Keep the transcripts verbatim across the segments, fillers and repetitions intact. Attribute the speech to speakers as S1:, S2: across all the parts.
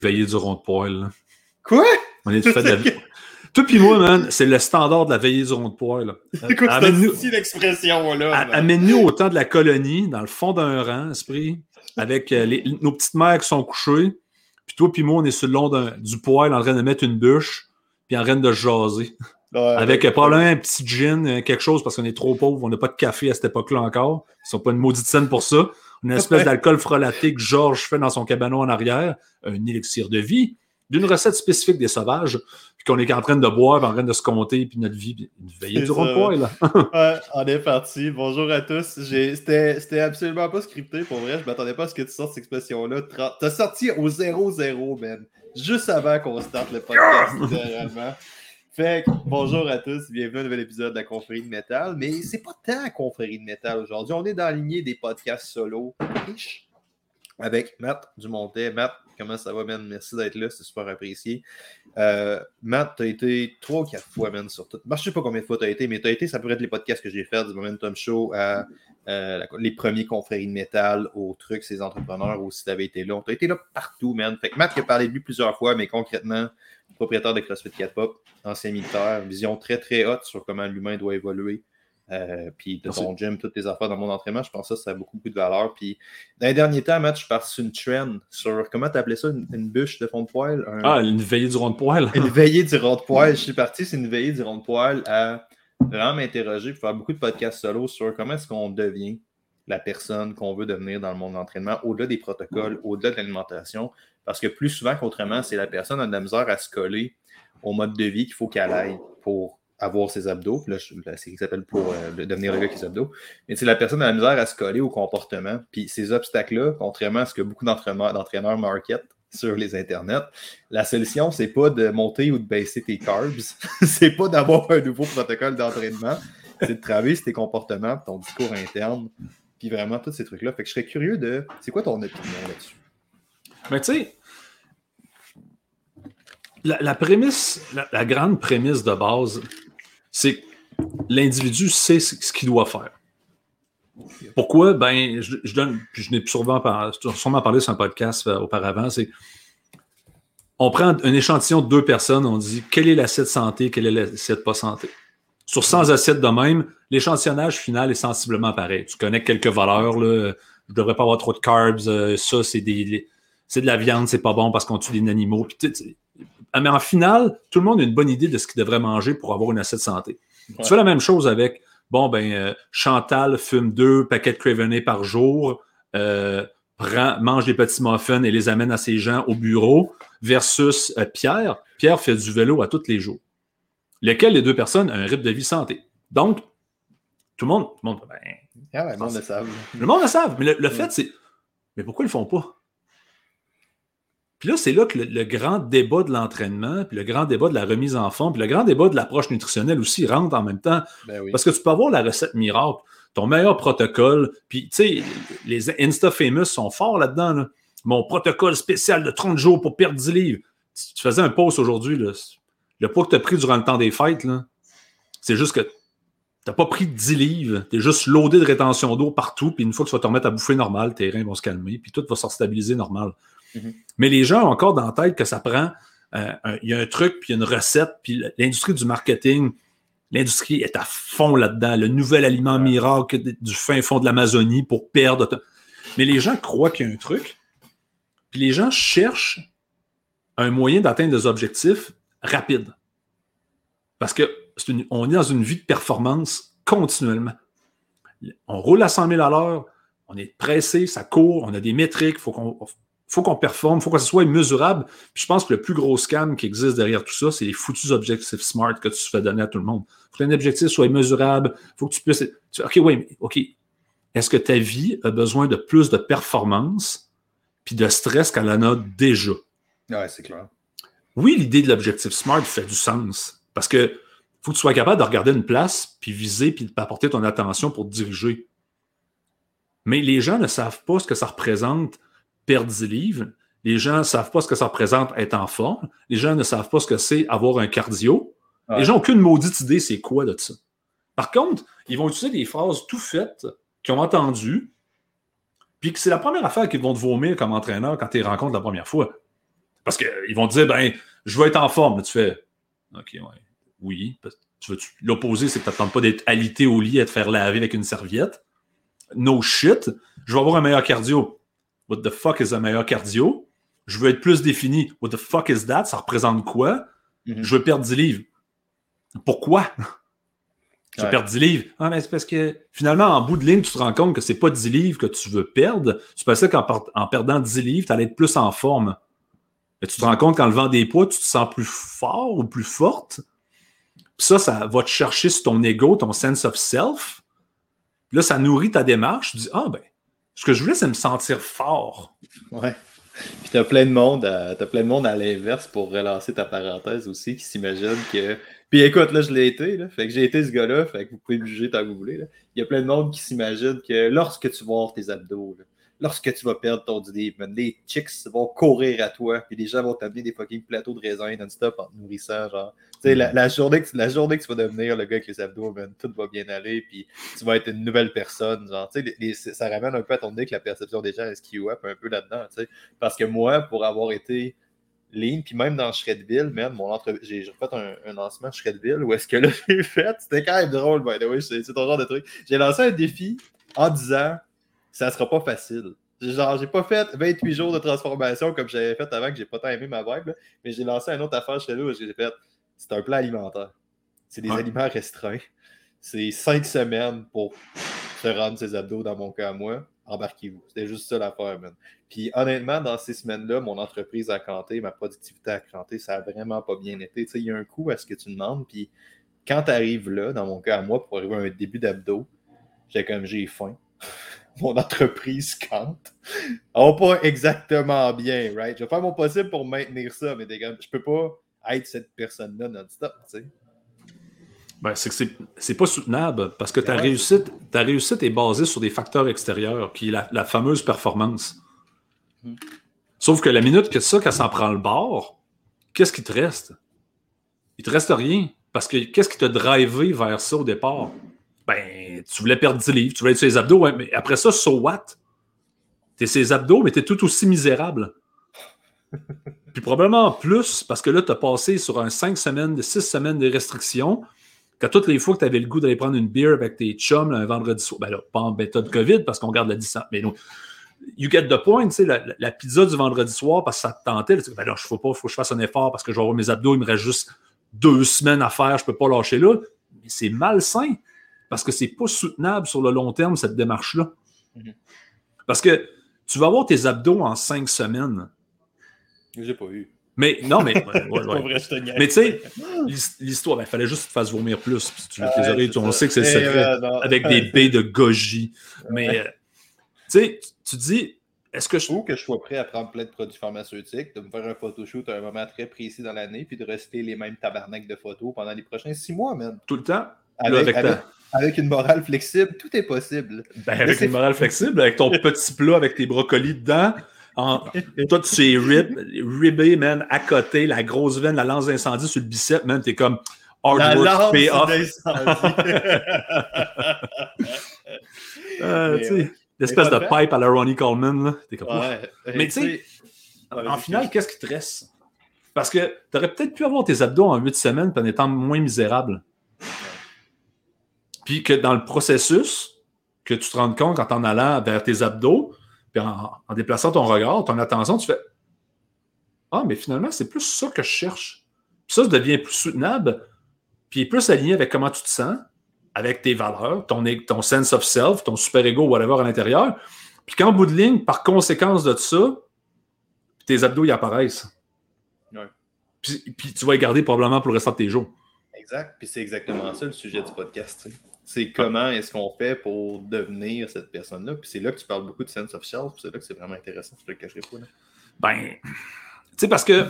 S1: veillée du rond de poil. Là.
S2: Quoi?
S1: On est fait de la... Toi pis moi, man, c'est le standard de la veillée du rond de poil.
S2: C'est quoi cette expression-là?
S1: Amène-nous au temps de la colonie, dans le fond d'un rang, esprit, avec euh, les, nos petites mères qui sont couchées, puis toi pis moi, on est sur le long d'un, du poil en train de mettre une bûche, puis en train de jaser. Ouais, avec ouais, probablement ouais. un petit gin, quelque chose, parce qu'on est trop pauvres, on n'a pas de café à cette époque-là encore. Ils sont pas une maudite scène pour ça. Une espèce ouais. d'alcool frelaté que Georges fait dans son cabanon en arrière, un élixir de vie, d'une recette spécifique des sauvages, puis qu'on est en train de boire, en train de se compter, puis notre vie, une veillée du rond de poil.
S2: Ouais, on est parti. Bonjour à tous. J'ai... C'était... C'était absolument pas scripté, pour vrai. Je m'attendais pas à ce que tu sortes cette expression-là. T'as sorti au zéro zéro, man. Juste avant qu'on starte le podcast, littéralement. Fait que, bonjour à tous, bienvenue à un nouvel épisode de la Confrérie de Métal, mais c'est pas tant la Confrérie de Métal aujourd'hui, on est dans la lignée des podcasts solo riches avec Matt Dumontet. Matt, comment ça va, man? Merci d'être là, c'est super apprécié. Euh, Matt, t'as été trois ou quatre fois, man, sur tout. Ben, je sais pas combien de fois t'as été, mais t'as été, ça pourrait être les podcasts que j'ai fait, du Momentum Show à euh, la, les premiers Confréries de Métal, aux trucs, ces entrepreneurs, ou si t'avais été là. T'as été là partout, man. Fait que Matt qui a parlé de lui plusieurs fois, mais concrètement, propriétaire de CrossFit quatre Pop, ancien militaire, vision très très haute sur comment l'humain doit évoluer. Euh, puis de ton gym, toutes tes affaires dans mon entraînement, je pense que ça, ça a beaucoup, beaucoup de valeur. Puis dans les derniers temps, Matt, je suis parti sur une trend sur, comment tu appelais ça, une, une bûche de fond de poil? Un...
S1: Ah, une veillée du rond de poil.
S2: Une veillée du rond de poil. Je suis parti sur une veillée du rond de poil à vraiment m'interroger, faire beaucoup de podcasts solo sur comment est-ce qu'on devient la personne qu'on veut devenir dans le monde de l'entraînement, au-delà des protocoles, au-delà de l'alimentation. Parce que plus souvent qu'autrement, c'est la personne qui a de la misère à se coller au mode de vie qu'il faut qu'elle aille pour avoir ses abdos. Puis là, c'est ce qui s'appelle pour euh, devenir le gars qui a ses abdos. Mais c'est la personne a de la misère à se coller au comportement. Puis ces obstacles-là, contrairement à ce que beaucoup d'entraîneurs, d'entraîneurs marketent sur les internets, la solution, c'est pas de monter ou de baisser tes carbs. C'est pas d'avoir un nouveau protocole d'entraînement. C'est de travailler sur tes comportements, ton discours interne, puis vraiment tous ces trucs-là. Fait que je serais curieux de... C'est quoi ton opinion là-dessus?
S1: Mais tu sais, la, la prémisse, la, la grande prémisse de base, c'est que l'individu sait ce qu'il doit faire. Pourquoi? Ben, je, je donne, puis je n'ai sûrement, par, sûrement parlé sur un podcast euh, auparavant, c'est on prend un échantillon de deux personnes, on dit quelle est l'assiette santé, quelle est l'assiette pas santé. Sur cent assiettes de même, l'échantillonnage final est sensiblement pareil. Tu connais quelques valeurs, là, je ne devrais pas avoir trop de carbs, euh, ça, c'est des... c'est de la viande, c'est pas bon parce qu'on tue des animaux. Puis, mais en final, tout le monde a une bonne idée de ce qu'il devrait manger pour avoir une assiette santé. Ouais. Tu fais la même chose avec, bon, ben, euh, Chantal fume deux paquets de Craveney par jour, euh, prend, mange des petits muffins et les amène à ses gens au bureau, versus euh, Pierre. Pierre fait du vélo à tous les jours. Lequel des deux personnes a un rythme de vie santé. Donc, tout le monde... Tout le monde, ben,
S2: ah ouais, le monde le savent.
S1: Le monde le savent, mais le, le ouais. fait, c'est... Mais pourquoi ils le font pas? Puis là, c'est là que le, le grand débat de l'entraînement, puis le grand débat de la remise en forme, puis le grand débat de l'approche nutritionnelle aussi rentre en même temps.
S2: Ben oui.
S1: Parce que tu peux avoir la recette miracle, ton meilleur protocole, puis tu sais, les Insta-famous sont forts là-dedans. Là. Mon protocole spécial de trente jours pour perdre dix livres. Tu faisais un post aujourd'hui, là. Le poids que tu as pris durant le temps des fêtes, là, c'est juste que tu n'as pas pris dix livres, tu es juste loadé de rétention d'eau partout, puis une fois que tu vas te remettre à bouffer normal, tes reins vont se calmer, puis tout va se stabiliser normal. Mm-hmm. Mais les gens ont encore dans la tête que ça prend, euh, il y a un truc, puis il y a une recette, puis l'industrie du marketing, l'industrie est à fond là-dedans, le nouvel aliment ouais. miracle du fin fond de l'Amazonie pour perdre. Mais les gens croient qu'il y a un truc, puis les gens cherchent un moyen d'atteindre des objectifs rapides. Parce que c'est une, on est dans une vie de performance continuellement. On roule à cent mille à l'heure, on est pressé, ça court, on a des métriques, il faut qu'on faut qu'on performe, il faut que ce soit mesurable. Puis je pense que le plus gros scam qui existe derrière tout ça, c'est les foutus objectifs SMART que tu fais donner à tout le monde. Il faut qu'un objectif soit mesurable, il faut que tu puisses... OK, oui, mais OK. Est-ce que ta vie a besoin de plus de performance puis de stress qu'elle en a déjà?
S2: Oui, c'est clair.
S1: Oui, l'idée de l'objectif SMART fait du sens. Parce que faut que tu sois capable de regarder une place, puis viser, puis apporter ton attention pour te diriger. Mais les gens ne savent pas ce que ça représente perdre dix livres. Les gens ne savent pas ce que ça représente être en forme. Les gens ne savent pas ce que c'est avoir un cardio. Ouais. Les gens n'ont aucune maudite idée c'est quoi de ça. Par contre, ils vont utiliser des phrases tout faites qu'ils ont entendues, puis que c'est la première affaire qu'ils vont te vomir comme entraîneur quand tu les rencontres la première fois. Parce qu'ils vont te dire, ben, je veux être en forme. Mais tu fais, OK, ouais, oui. Tu veux, tu, l'opposé, c'est que tu n'attends pas d'être alité au lit et de te faire laver avec une serviette. No shit. Je veux avoir un meilleur cardio. What the fuck is un meilleur cardio? Je veux être plus défini. What the fuck is that? Ça représente quoi? Mm-hmm. Je veux perdre dix livres. Pourquoi? Je veux ouais. perdre dix livres. Ah, mais c'est parce que finalement, en bout de ligne, tu te rends compte que c'est pas dix livres que tu veux perdre. Tu pensais qu'en en perdant dix livres, tu allais être plus en forme. Mais tu te rends compte qu'en levant des poids, tu te sens plus fort ou plus forte. Puis ça, ça va te chercher sur ton ego, ton sense of self. Puis là, ça nourrit ta démarche. Tu dis, ah ben, ce que je voulais, c'est me sentir fort.
S2: Ouais. Puis t'as plein de monde à, t'as plein de monde à l'inverse pour relancer ta parenthèse aussi qui s'imagine que... Puis écoute, là, je l'ai été, là. Fait que j'ai été ce gars-là, fait que vous pouvez me juger tant que vous voulez, là. Il y a plein de monde qui s'imagine que lorsque tu vas voir tes abdos, là, lorsque tu vas perdre ton dix livres, les chicks vont courir à toi, puis les gens vont t'amener des fucking plateaux de raisin non-stop en te nourrissant, genre. Tu sais, la, la, journée que, la journée que tu vas devenir le gars avec les abdos, man, tout va bien aller, puis tu vas être une nouvelle personne, genre. Tu sais, les, les, ça ramène un peu à ton nez que la perception des gens est skew up un peu là-dedans, tu sais. Parce que moi, pour avoir été lean, puis même dans Shredville, man, mon entre... j'ai, j'ai refait un, un lancement Shredville, où est-ce que là, j'ai fait, c'était quand même drôle, by the way, c'est, c'est ton genre de truc. J'ai lancé un défi en disant, ça sera pas facile. Genre, j'ai pas fait vingt-huit jours de transformation comme j'avais fait avant, que j'ai pas tant aimé ma vibe, là, mais j'ai lancé une autre affaire chez nous où j'ai fait, c'est un plan alimentaire. C'est des ouais. aliments restreints. C'est cinq semaines pour se rendre ses abdos dans mon cas à moi. Embarquez-vous. C'était juste ça l'affaire, man. Puis honnêtement, dans ces semaines-là, mon entreprise a cranté, ma productivité a cranté, ça a vraiment pas bien été. Tu sais, il y a un coût à ce que tu demandes, puis quand tu arrives là, dans mon cas à moi, pour arriver à un début d'abdos, j'ai comme j'ai faim. Mon entreprise cante. On va pas exactement bien, right? Je vais faire mon possible pour maintenir ça, mais je peux pas être cette personne-là non-stop, tu sais.
S1: Ben, c'est que c'est, c'est pas soutenable parce que ta, ouais, réussite, ta réussite est basée sur des facteurs extérieurs, qui est la, la fameuse performance. Hum. Sauf que la minute que ça, qu'elle s'en prend le bord, qu'est-ce qui te reste? Il te reste rien. Parce que qu'est-ce qui t'a drivé vers ça au départ? Ben, tu voulais perdre dix livres, tu voulais être sur les abdos, ouais, mais après ça, so what? T'es sur les abdos, mais t'es tout aussi misérable. Puis probablement plus, parce que là, t'as passé sur un cinq semaines, de six semaines de restrictions, qu'à toutes les fois que t'avais le goût d'aller prendre une bière avec tes chums là, un vendredi soir, ben là, pas en bêta de COVID, parce qu'on garde la distance, mais non. You get the point, tu sais, la, la pizza du vendredi soir, parce que ça te tentait, là, tu dis, ben là, je ne faut pas, il faut que je fasse un effort, parce que je vais avoir mes abdos, il me reste juste deux semaines à faire, je ne peux pas lâcher là. Mais c'est malsain. Parce que c'est pas soutenable sur le long terme, cette démarche-là. Mm-hmm. Parce que tu vas avoir tes abdos en cinq semaines.
S2: J'ai pas eu.
S1: Mais non, mais. Ouais, ouais, ouais. Vrai, mais tu sais, l'histoire, il ben, fallait juste que tu fasses vomir plus. Puis tu ah, les oreilles, on sait que c'est le secret. Euh, avec des baies de goji. Mais ouais. euh, tu sais, tu dis, est-ce que je.
S2: Ou que je sois prêt à prendre plein de produits pharmaceutiques, de me faire un photoshoot à un moment très précis dans l'année, puis de rester les mêmes tabarnaks de photos pendant les prochains six mois, même.
S1: Tout le temps.
S2: Avec, là, avec, avec, ta... avec une morale flexible, tout est possible.
S1: Ben, avec c'est... une morale flexible, avec ton petit plat avec tes brocolis dedans, en... toi, tu es rib, ribé, man, à côté, la grosse veine, la lance d'incendie sur le bicep, man, t'es comme hard
S2: la
S1: work pay off. euh, tu sais, l'espèce de pipe à la Ronnie Coleman, là. T'es comme, ouais, mais tu sais, en, en finale, qu'est-ce qui te reste? Parce que t'aurais peut-être pu avoir tes abdos en huit semaines en étant moins misérable. Puis que dans le processus, que tu te rendes compte en t'en allant vers tes abdos, puis en, en déplaçant ton regard, ton attention, tu fais « Ah, mais finalement, c'est plus ça que je cherche. » Puis ça, ça devient plus soutenable, puis plus aligné avec comment tu te sens, avec tes valeurs, ton, ton sense of self, ton super-ego, whatever, à l'intérieur. Puis qu'en bout de ligne, par conséquence de ça, tes abdos, ils apparaissent.
S2: Ouais.
S1: Puis, puis tu vas les garder probablement pour le restant de tes jours.
S2: Exact. Puis c'est exactement ça le sujet du podcast. T'sais. C'est comment est-ce qu'on fait pour devenir cette personne-là. Puis c'est là que tu parles beaucoup de sense of self. Puis c'est là que c'est vraiment intéressant. Je te le cacherai pas. Là.
S1: Ben, tu sais, parce que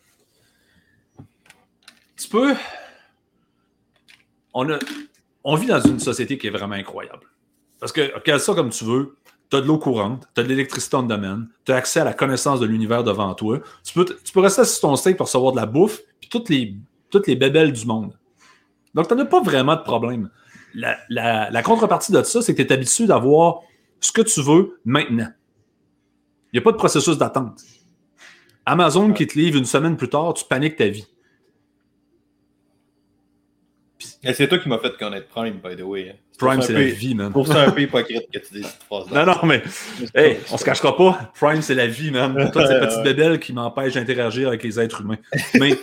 S1: tu peux... On, a... On vit dans une société qui est vraiment incroyable. Parce que, regarde ça comme tu veux, tu as de l'eau courante, tu as de l'électricité en domaine, tu as accès à la connaissance de l'univers devant toi. Tu peux, tu peux rester assis sur ton steak pour recevoir de la bouffe, puis toutes les, toutes les bébelles du monde. Donc, tu n'as pas vraiment de problème. La, la, la contrepartie de ça, c'est que tu es habitué d'avoir ce que tu veux maintenant. Il n'y a pas de processus d'attente. Amazon qui te livre une semaine plus tard, tu paniques ta vie.
S2: Et c'est toi qui m'as fait connaître Prime, by the way. Hein.
S1: Prime, c'est la peu, vie, man.
S2: Pour ça, un peu hypocrite que tu dis cette phrase-là.
S1: Non, non, mais hey, on se cachera pas. Prime, c'est la vie, man. Pour toutes ces petites bébelles qui m'empêchent d'interagir avec les êtres humains. Mais...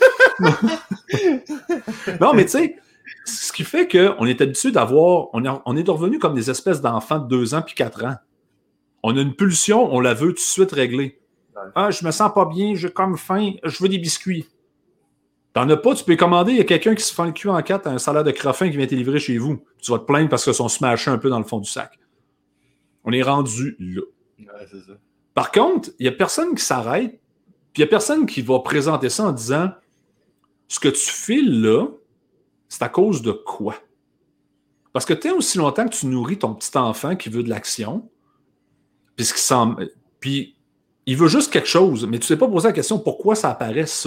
S1: non, mais tu sais, ce qui fait qu'on est habitué d'avoir... On est, on est revenu comme des espèces d'enfants de deux ans puis quatre ans. On a une pulsion, on la veut tout de suite régler. Ouais. Ah, je me sens pas bien, j'ai comme faim, je veux des biscuits. T'en as pas, tu peux commander, il y a quelqu'un qui se fend le cul en quatre à un salaire de croffin qui vient te livrer chez vous. Tu vas te plaindre parce qu'ils sont smashés un peu dans le fond du sac. On est rendu là.
S2: Ouais, c'est ça.
S1: Par contre, il n'y a personne qui s'arrête, puis il n'y a personne qui va présenter ça en disant ce que tu fais là, c'est à cause de quoi? Parce que tant aussi longtemps que tu nourris ton petit enfant qui veut de l'action, puis ce qui semble. Puis il veut juste quelque chose, mais tu ne sais pas poser la question pourquoi ça apparaît ça.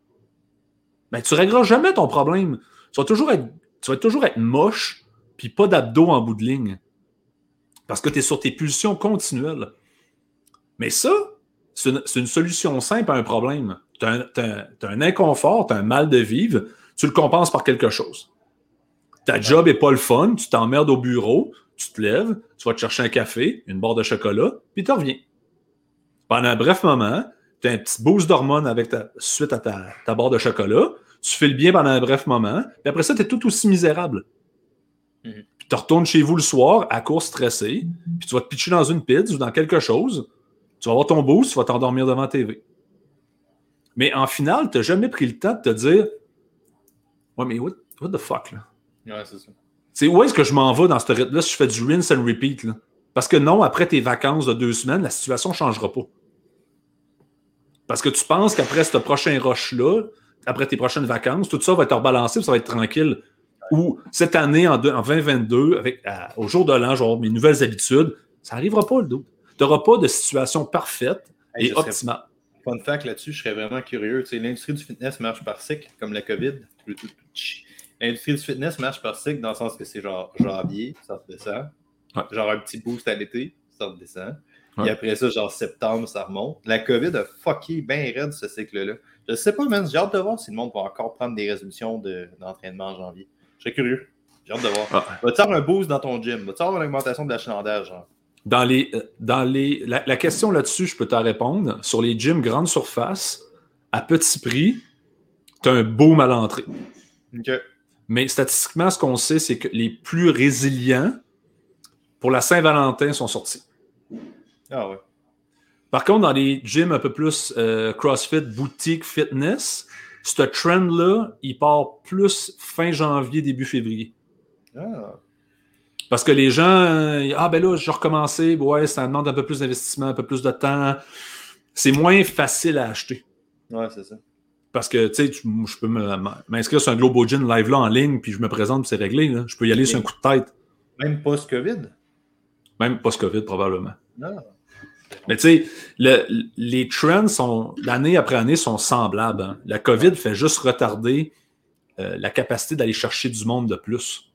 S1: Ben, tu ne régleras jamais ton problème. Tu vas toujours être, tu vas toujours être moche, puis pas d'abdos en bout de ligne. Parce que tu es sur tes pulsions continuelles. Mais ça, c'est une, c'est une solution simple à un problème. Tu as un, t'as, t'as un inconfort, tu as un mal de vivre, tu le compenses par quelque chose. Ta job n'est pas le fun, tu t'emmerdes au bureau, tu te lèves, tu vas te chercher un café, une barre de chocolat, puis tu reviens. Pendant un bref moment, tu as un petit boost d'hormones avec ta, suite à ta, ta barre de chocolat, tu fais le bien pendant un bref moment, puis après ça, tu es tout aussi misérable. Mm-hmm. Puis tu retournes chez vous le soir, à court stressé, puis tu vas te pitcher dans une pizza ou dans quelque chose, tu vas avoir ton boost, tu vas t'endormir devant la T V. Mais en finale, tu n'as jamais pris le temps de te dire « Ouais, mais what, what the fuck, là? »
S2: Ouais, c'est ça.
S1: C'est où est-ce que je m'en vais dans ce rythme-là si je fais du rinse and repeat, là? Parce que non, après tes vacances de deux semaines, la situation ne changera pas. Parce que tu penses qu'après ce prochain rush-là, après tes prochaines vacances, tout ça va être rebalancé, ça va être tranquille. Ou cette année, en, deux, en vingt vingt-deux, avec, à, au jour de l'an, genre mes nouvelles habitudes, ça n'arrivera pas, le dos. Tu n'auras pas de situation parfaite hey, et optimale.
S2: Fun fact là-dessus, je serais vraiment curieux. Tu sais, l'industrie du fitness marche par cycle, comme la COVID. L'industrie du fitness marche par cycle dans le sens que c'est genre janvier, ça redescend. Ouais. Genre un petit boost à l'été, ça redescend. Ouais. Et après ça, genre septembre, ça remonte. La COVID a fucké bien raide ce cycle-là. Je sais pas, man. J'ai hâte de voir si le monde va encore prendre des résolutions de, d'entraînement en janvier. Je serais curieux. J'ai hâte de voir. Ah. Va-tu avoir un boost dans ton gym? Va-tu avoir une augmentation de l'achalandage? Genre?
S1: Dans les, dans les, la, la question là-dessus, je peux t'en répondre. Sur les gyms grande surface, à petit prix, tu as un boom à l'entrée.
S2: OK.
S1: Mais statistiquement, ce qu'on sait, c'est que les plus résilients pour la Saint-Valentin sont sortis.
S2: Ah ouais.
S1: Par contre, dans les gyms un peu plus euh, CrossFit, boutique, fitness, ce trend-là, il part plus fin janvier, début février.
S2: Ah.
S1: Parce que les gens, euh, ah ben là, je vais recommencer, ouais, ça demande un peu plus d'investissement, un peu plus de temps. C'est moins facile à acheter.
S2: Ouais, c'est ça.
S1: Parce que, tu sais, je peux m'inscrire sur un Globo Gym live là en ligne, puis je me présente, puis c'est réglé. Là. Je peux y aller Et sur un coup de tête.
S2: Même post-COVID?
S1: Même post-COVID, probablement.
S2: Non.
S1: Mais tu sais, le, les trends sont, l'année après année sont semblables. Hein. La COVID fait juste retarder euh, la capacité d'aller chercher du monde de plus.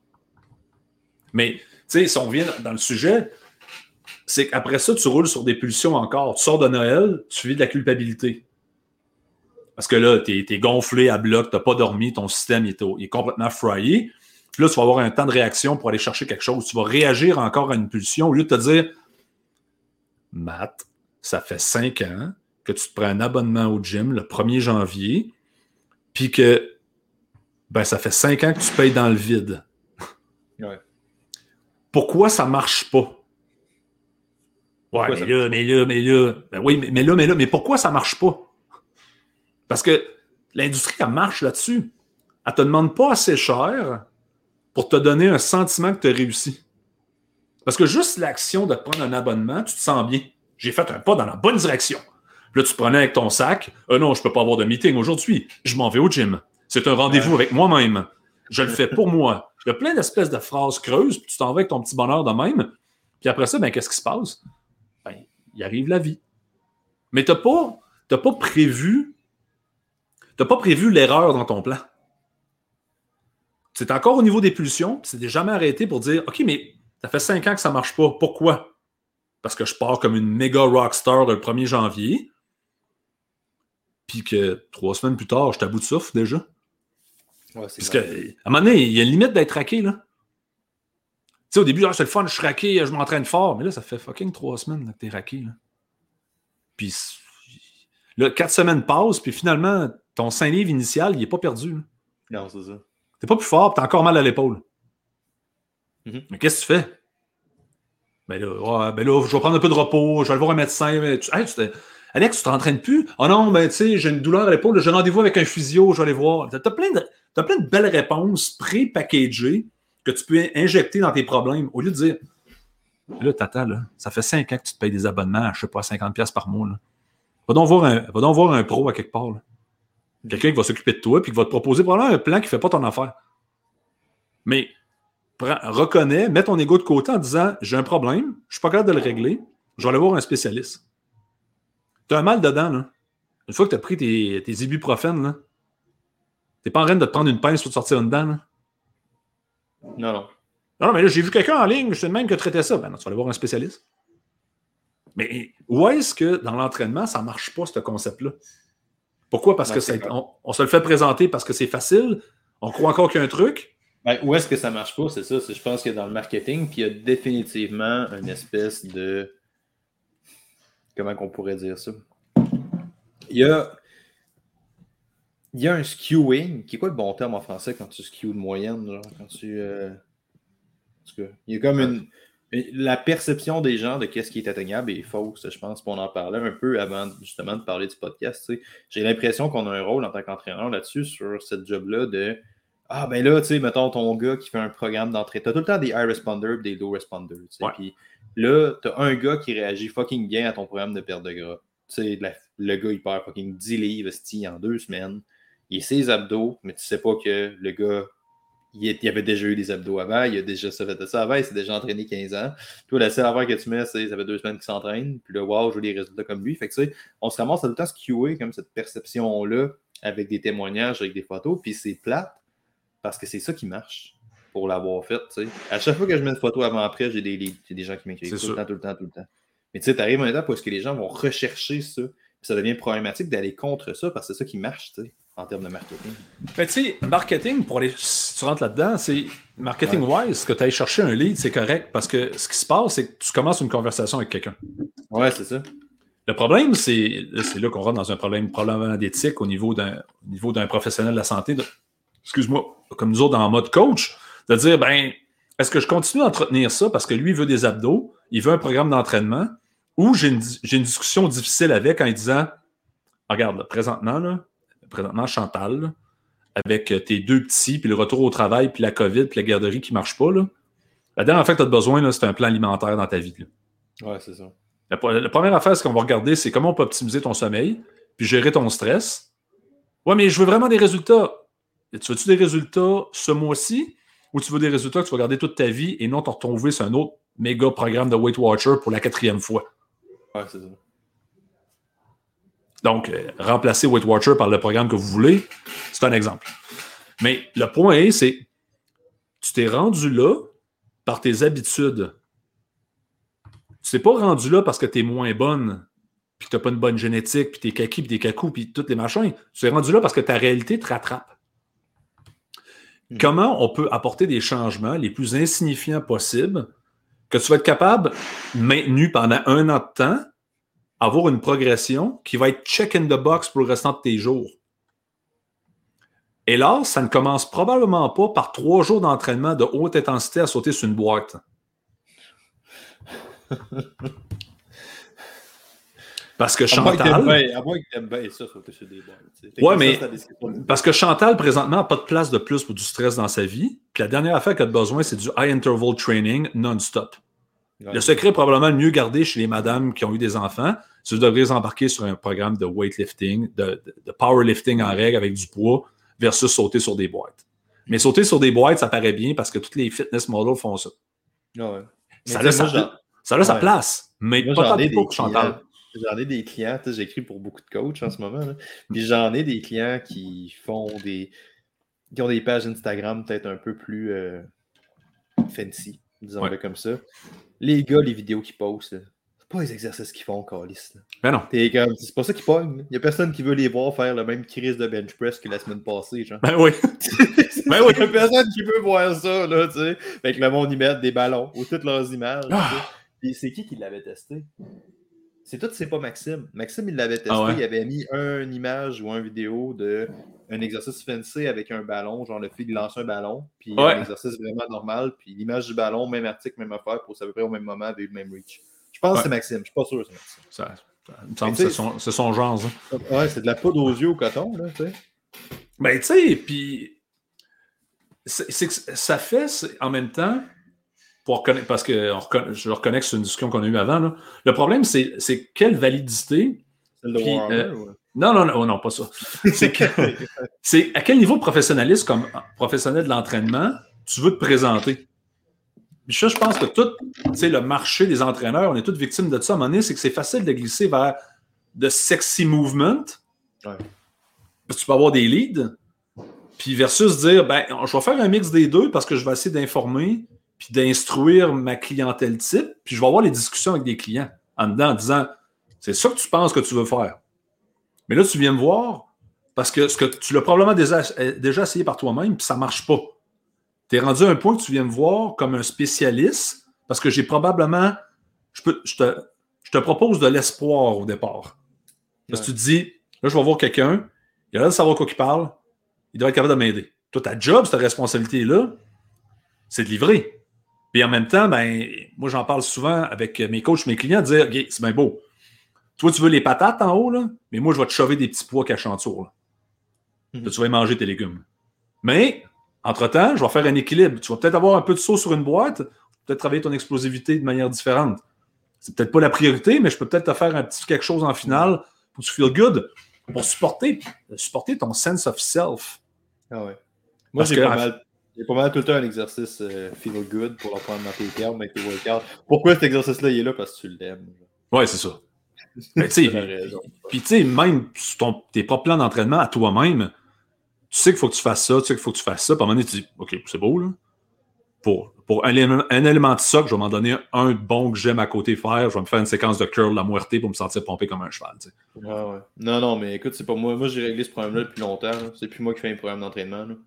S1: Mais, tu sais, si on revient dans le sujet, c'est qu'après ça, tu roules sur des pulsions encore. Tu sors de Noël, tu vis de la culpabilité. Parce que là, tu es gonflé à bloc, tu n'as pas dormi, ton système il est, au, il est complètement fryé. Puis là, tu vas avoir un temps de réaction pour aller chercher quelque chose. Tu vas réagir encore à une pulsion au lieu de te dire Matt, ça fait cinq ans que tu te prends un abonnement au gym le premier janvier, puis que ben, ça fait cinq ans que tu payes dans le vide.
S2: Ouais.
S1: Pourquoi ça ne marche pas? Ouais, mais là, mais là, mais là, ben oui, mais, mais là, mais là, mais pourquoi ça ne marche pas? Parce que l'industrie, elle marche là-dessus. Elle ne te demande pas assez cher pour te donner un sentiment que tu as réussi. Parce que juste l'action de te prendre un abonnement, tu te sens bien. J'ai fait un pas dans la bonne direction. Puis là, tu te prenais avec ton sac. Euh, non, je ne peux pas avoir de meeting aujourd'hui. Je m'en vais au gym. C'est un rendez-vous avec moi-même. Je le fais pour moi. Il y a plein d'espèces de phrases creuses, puis tu t'en vas avec ton petit bonheur de même. Puis après ça, ben, qu'est-ce qui se passe? Ben, il arrive la vie. Mais tu n'as pas, t'as pas prévu tu n'as pas prévu l'erreur dans ton plan. C'est encore au niveau des pulsions, puis c'est jamais arrêté pour dire OK, mais ça fait cinq ans que ça ne marche pas. Pourquoi? Parce que je pars comme une méga rockstar le premier janvier. puis que trois semaines plus tard, je suis à bout de souffle déjà.
S2: Ouais, c'est
S1: Parce qu'à un moment donné, il y a une limite d'être raqué, là. Tu sais, au début, ah, c'est le fun, je suis raqué, je m'entraîne fort. Mais là, ça fait fucking trois semaines là, que t'es raqué, là. Puis là, quatre semaines passent, puis finalement, ton cinq livres initial, il n'est pas perdu. Là.
S2: Non, c'est ça.
S1: T'es pas plus fort, t'as encore mal à l'épaule. Mm-hmm. Mais qu'est-ce que tu fais? Ben là, ouais, ben là, je vais prendre un peu de repos, je vais aller voir un médecin. Mais tu, hey, tu Alex, tu t'entraînes plus? Oh non, ben tu sais, j'ai une douleur à l'épaule, j'ai rendez-vous avec un physio, je vais aller voir. T'as, t'as, plein de, t'as plein de belles réponses pré-packagées que tu peux injecter dans tes problèmes au lieu de dire là, tata, là, ça fait cinq ans que tu te payes des abonnements à, je sais pas, cinquante dollars par mois. Là. Va donc voir un, va donc voir un pro à quelque part. Là. Quelqu'un qui va s'occuper de toi et qui va te proposer probablement un plan qui ne fait pas ton affaire. Mais prends, reconnais, mets ton ego de côté en disant j'ai un problème, je ne suis pas capable de le régler, je vais aller voir un spécialiste. Tu as un mal dedans, là. Une fois que tu as pris tes, tes ibuprofènes, là, tu n'es pas en train de te prendre une pince pour te sortir une dent. Là.
S2: Non, non.
S1: Non, mais là, j'ai vu quelqu'un en ligne, c'est le même qui a traité ça. Ben non, tu vas aller voir un spécialiste. Mais où est-ce que dans l'entraînement, ça ne marche pas, ce concept-là? Pourquoi? Parce non, que on, on se le fait présenter parce que c'est facile. On croit encore qu'il y a un truc.
S2: Ben, où est-ce que ça ne marche pas? C'est ça. C'est, je pense que dans le marketing, puis il y a définitivement une espèce de... Comment qu'on pourrait dire ça? Il y a... Il y a un skewing. Qui est quoi le bon terme en français quand tu skews de moyenne? Genre, quand tu... Euh... En tout cas, il y a comme une... La perception des gens de qu'est-ce qui est atteignable est fausse, je pense. On en parlait un peu avant justement de parler du podcast. Tu sais. J'ai l'impression qu'on a un rôle en tant qu'entraîneur là-dessus sur cette job-là de ah ben là, tu sais, mettons ton gars qui fait un programme d'entraînement. T'as tout le temps des high responders et des low responders. Tu sais.
S1: Ouais.
S2: Puis là, t'as un gars qui réagit fucking bien à ton programme de perte de gras. Tu sais, la, le gars il perd fucking dix livres en deux semaines. Il a ses abdos, mais tu sais pas que le gars. Il avait déjà eu des abdos avant, il a déjà fait ça avant, il s'est déjà entraîné quinze ans. Toi, la seule affaire que tu mets, c'est ça fait deux semaines qu'il s'entraîne, puis là, wow, je veux des résultats comme lui. Fait que, tu sais, on se ramasse tout le temps skewer comme cette perception-là avec des témoignages, avec des photos, puis c'est plate parce que c'est ça qui marche pour l'avoir fait, tu sais. À chaque fois que je mets une photo avant-après, j'ai des, j'ai des gens qui m'écrivent tout sûr. le temps, tout le temps, tout le temps. Mais tu sais, t'arrives à un étape où est-ce que les gens vont rechercher ça, puis ça devient problématique d'aller contre ça parce que c'est ça qui marche, tu sais. En termes de marketing.
S1: Ben, tu sais, marketing, pour aller, si tu rentres là-dedans, c'est marketing-wise, que tu ailles chercher un lead, c'est correct, parce que ce qui se passe, c'est que tu commences une conversation avec quelqu'un.
S2: Ouais, c'est ça.
S1: Le problème, c'est, c'est là qu'on rentre dans un problème probablement d'éthique au niveau d'un, au niveau d'un professionnel de la santé, de, excuse-moi, comme nous autres dans le mode coach, de dire, ben, est-ce que je continue à entretenir ça parce que lui, il veut des abdos, il veut un programme d'entraînement, ou j'ai une, j'ai une discussion difficile avec en lui disant, regarde, là, présentement, là, présentement, Chantal, là, avec tes deux petits, puis le retour au travail, puis la COVID, puis la garderie qui ne marche pas, là, la dernière affaire que tu as besoin, là, c'est un plan alimentaire dans ta vie. Là.
S2: Ouais, c'est ça.
S1: La, la première affaire, ce qu'on va regarder, c'est comment on peut optimiser ton sommeil, puis gérer ton stress. Ouais, mais je veux vraiment des résultats. Et tu veux-tu des résultats ce mois-ci, ou tu veux des résultats que tu vas garder toute ta vie et non te retrouver sur un autre méga programme de Weight Watcher pour la quatrième fois?
S2: Ouais, c'est ça.
S1: Donc, euh, remplacer Weight Watcher par le programme que vous voulez, c'est un exemple. Mais le point est, c'est tu t'es rendu là par tes habitudes. Tu t'es pas rendu là parce que tu es moins bonne, puis que tu n'as pas une bonne génétique, puis t'es kaki, puis t'es cacou, puis tous les machins. Tu t'es rendu là parce que ta réalité te rattrape. Mmh. Comment on peut apporter des changements les plus insignifiants possibles que tu vas être capable, maintenu pendant un an de temps, avoir une progression qui va être check in the box pour le restant de tes jours. Et là, ça ne commence probablement pas par trois jours d'entraînement de haute intensité à sauter sur une boîte. Parce que Chantal...
S2: À moins que t'aimes bien ça, sauter sur des boîtes.
S1: Ouais, mais parce que Chantal, présentement, n'a pas de place de plus pour du stress dans sa vie. Puis la dernière affaire qu'elle a besoin, c'est du high interval training non-stop. Ouais. Le secret probablement le mieux gardé chez les madames qui ont eu des enfants, c'est que vous devriez embarquer sur un programme de weightlifting, de, de, de powerlifting en règle avec du poids versus sauter sur des boîtes. Mais sauter sur des boîtes, ça paraît bien parce que tous les fitness models font ça.
S2: Ouais.
S1: Ça a, sa, ça a ouais. sa place, mais
S2: moi,
S1: pas
S2: tant
S1: de pour Chantal.
S2: J'en ai des clients, j'écris pour beaucoup de coachs en ce moment, là, puis j'en ai des clients qui font des... qui ont des pages Instagram peut-être un peu plus euh, fancy, disons-le ouais. comme ça. Les gars, les vidéos qu'ils postent, pas les exercices qu'ils font, Calis.
S1: Ben non.
S2: T'es comme, c'est pas ça qu'ils pognent. Il y a personne qui veut les voir faire le même crise de bench press que la semaine passée, genre.
S1: Ben oui. Ben oui.
S2: Il y a personne qui veut voir ça, là, tu sais. Fait que le monde y met des ballons ou toutes leurs images.
S1: Ah.
S2: Puis c'est qui qui l'avait testé? C'est tout, c'est pas Maxime. Maxime, il l'avait testé.
S1: Ah ouais.
S2: Il avait mis une image ou une vidéo d'un exercice fancy avec un ballon, genre le fait de lancer un ballon, puis
S1: Ouais.
S2: un exercice vraiment normal, puis l'image du ballon, même article, même affaire, pour à peu près au même moment, avait eu le même reach. Je pense
S1: Ouais.
S2: que c'est Maxime. Je suis pas sûr que c'est Maxime.
S1: Ça, ça me semble que c'est son, c'est son genre, ça.
S2: Ouais, c'est de la poudre aux yeux au coton, là, tu sais.
S1: Ben, tu sais, puis c'est, c'est que ça fait, c'est, en même temps, pour reconnaître, parce que on reconna... je reconnais que c'est une discussion qu'on a eue avant, là. Le problème, c'est, c'est quelle validité...
S2: C'est le Warhammer, euh, ouais.
S1: Non, non, non, non, pas ça. C'est, que, c'est à quel niveau de professionnalisme, comme professionnel de l'entraînement, tu veux te présenter. Puis ça, je pense que tout, tu sais, le marché des entraîneurs, on est toutes victimes de ça. À un moment donné, c'est que c'est facile de glisser vers de sexy movement.
S2: Ouais.
S1: Parce que tu peux avoir des leads. Puis versus dire, ben, je vais faire un mix des deux parce que je vais essayer d'informer puis d'instruire ma clientèle type. Puis je vais avoir les discussions avec des clients en dedans, en disant, c'est ça que tu penses que tu veux faire. Mais là, tu viens me voir parce que, ce que tu l'as probablement déjà, déjà essayé par toi-même puis ça ne marche pas. Tu es rendu à un point que tu viens me voir comme un spécialiste parce que j'ai probablement. Je, peux, je, te, je te propose de l'espoir au départ. Parce que ouais. Tu te dis, là, je vais voir quelqu'un, il a l'air de savoir quoi qu'il parle, il doit être capable de m'aider. Toi, ta job, cette responsabilité-là, c'est de livrer. Puis en même temps, ben, moi, j'en parle souvent avec mes coachs, mes clients, de dire, OK, c'est bien beau. Toi, tu veux les patates en haut, là, mais moi, je vais te chauffer des petits pois cachés en dessous. Là. Mm-hmm. Là, tu vas manger tes légumes. Mais. Entre-temps, je vais faire un équilibre. Tu vas peut-être avoir un peu de sauce sur une boîte, peut-être travailler ton explosivité de manière différente. C'est peut-être pas la priorité, mais je peux peut-être te faire un petit quelque chose en finale pour que tu feel good, pour supporter, supporter ton sense of self.
S2: Ah ouais. Moi, j'ai, que, pas mal, j'ai pas mal tout le temps un exercice euh, feel good pour le prendre dans tes termes, avec tes workouts. Pourquoi cet exercice-là, il est là? Parce que tu l'aimes.
S1: Ouais, c'est ça. Mais tu sais, puis tu sais, même sur ton, tes propres plans d'entraînement à toi-même, tu sais qu'il faut que tu fasses ça, tu sais qu'il faut que tu fasses ça. Puis à un moment donné, tu dis, OK, c'est beau, là. Pour, pour un, un élément de ça, que je vais m'en donner un bon que j'aime à côté faire. Je vais me faire une séquence de curl, la muerté, pour me sentir pompé comme un cheval. Tu sais.
S2: Ouais, ouais. Non, non, mais écoute, c'est pas moi. Moi, j'ai réglé ce problème-là depuis longtemps. Là. C'est plus moi qui fais un programme d'entraînement. Là.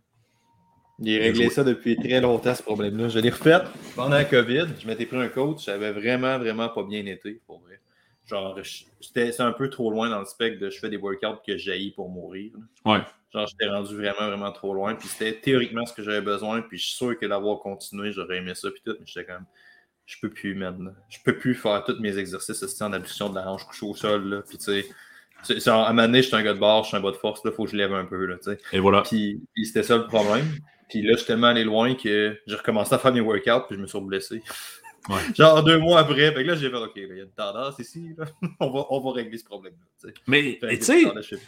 S2: J'ai réglé ça depuis très longtemps, ce problème-là. Je l'ai refait pendant la COVID. Je m'étais pris un coach. J'avais vraiment, vraiment pas bien été, pour vrai. Genre, c'était, c'est un peu trop loin dans le spectre de je fais des workouts que j'haïs pour mourir. Là.
S1: Ouais.
S2: Genre, j'étais rendu vraiment, vraiment trop loin. Puis c'était théoriquement ce que j'avais besoin. Puis je suis sûr que d'avoir continué, j'aurais aimé ça. Puis tout. Mais j'étais comme, je peux plus maintenant. Je peux plus faire tous mes exercices en abduction de la hanche couchée au sol. Là. Puis tu sais, c'est, c'est, à un moment donné, je suis un gars de barre, je suis un bas de force. Il faut que je lève un peu. Là, tu sais.
S1: Et voilà.
S2: Puis, puis c'était ça le problème. Puis là, je suis tellement allé loin que j'ai recommencé à faire mes workouts. Puis je me suis blessé. Ouais. Genre deux mois après, fait que là j'ai fait OK, il y a une tendance ici, là. on, va, on va régler ce problème-là. T'sais.
S1: Mais tu sais,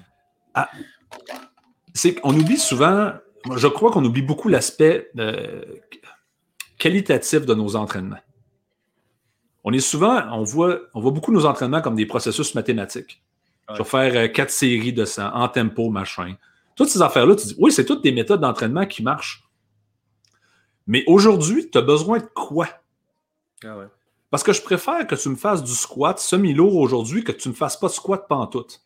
S1: ah, c'est qu'on oublie souvent, je crois qu'on oublie beaucoup l'aspect euh, qualitatif de nos entraînements. On est souvent, on voit, on voit beaucoup nos entraînements comme des processus mathématiques. Ouais. Je vais faire euh, quatre séries de cent en tempo, machin. Toutes ces affaires-là, tu dis, oui, c'est toutes des méthodes d'entraînement qui marchent. Mais aujourd'hui, tu as besoin de quoi?
S2: Ah ouais.
S1: Parce que je préfère que tu me fasses du squat semi-lourd aujourd'hui que tu ne me fasses pas de squat pantoute.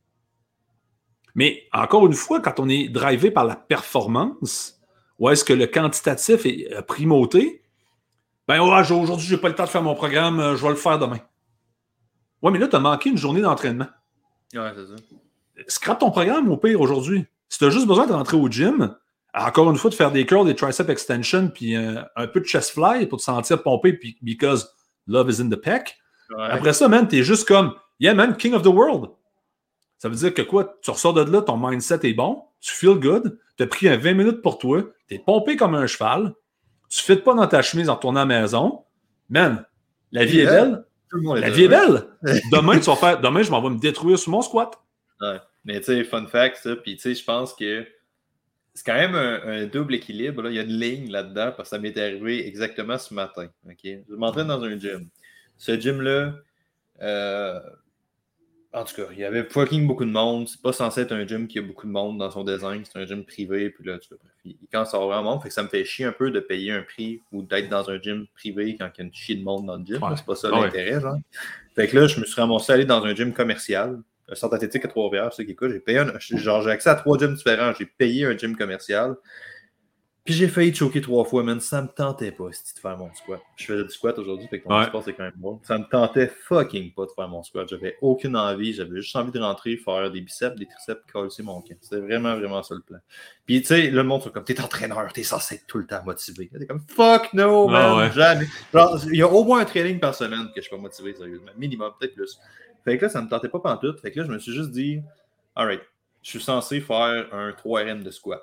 S1: Mais encore une fois, quand on est drivé par la performance, ou est-ce que le quantitatif est primauté, ben ouais, aujourd'hui, je n'ai pas le temps de faire mon programme, je vais le faire demain. Ouais, mais là, tu as manqué une journée d'entraînement.
S2: Ouais, c'est ça.
S1: Scrape ton programme au pire aujourd'hui. Si tu as juste besoin de rentrer au gym, encore une fois, de faire des curls, des tricep extension, puis euh, un peu de chest fly pour te sentir pompé, puis because love is in the pec. Ouais. Après ça, man, t'es juste comme, yeah, man, king of the world. Ça veut dire que quoi, tu ressors de là, ton mindset est bon, tu feel good, tu as pris un vingt minutes pour toi, tu es pompé comme un cheval, tu ne fites pas dans ta chemise en retournant à la maison. Man, la vie yeah. est belle. Tout le monde la est vie est belle. Demain, tu vas faire, demain, je m'en vais me détruire sur mon squat.
S2: Ouais. Mais tu sais, fun fact, ça, puis tu sais, je pense que c'est quand même un, un double équilibre. Là. Il y a une ligne là-dedans parce que ça m'est arrivé exactement ce matin. Okay? Je m'entraîne dans un gym. Ce gym-là, euh, En tout cas, il y avait fucking beaucoup de monde. C'est pas censé être un gym qui a beaucoup de monde dans son design. C'est un gym privé. Puis là, tu vois, bref, il commence à avoir vraiment monde. Fait que ça me fait chier un peu de payer un prix ou d'être dans un gym privé quand il y a une chier de monde dans le gym.
S1: Ouais.
S2: C'est pas ça
S1: Ouais.
S2: l'intérêt, genre. Fait que là, je me suis ramassé à aller dans un gym commercial. Un centre athlétique à Trois-Rivières, c'est ça qui écoute. J'ai payé un... Genre, j'ai accès à trois gyms différents. J'ai payé un gym commercial. Puis j'ai failli choquer trois fois, man. Ça me tentait pas, de faire mon squat. Je faisais du squat aujourd'hui, fait que mon
S1: Ouais.
S2: sport, c'est quand même bon. Ça me tentait fucking pas de faire mon squat. J'avais aucune envie. J'avais juste envie de rentrer, faire des biceps, des triceps, coller mon camp. C'était vraiment, vraiment ça le plan. Puis tu sais, le monde, c'est comme, t'es entraîneur, t'es censé être tout le temps motivé. T'es comme, fuck no, man.
S1: Ah ouais.
S2: Jamais. Genre, il y a au moins un training par semaine que je suis pas motivé, sérieusement. Minimum, peut-être plus. Fait que là, ça me tentait pas pantoute. Fait que là, je me suis juste dit, alright, je suis censé faire un trois R M de squat.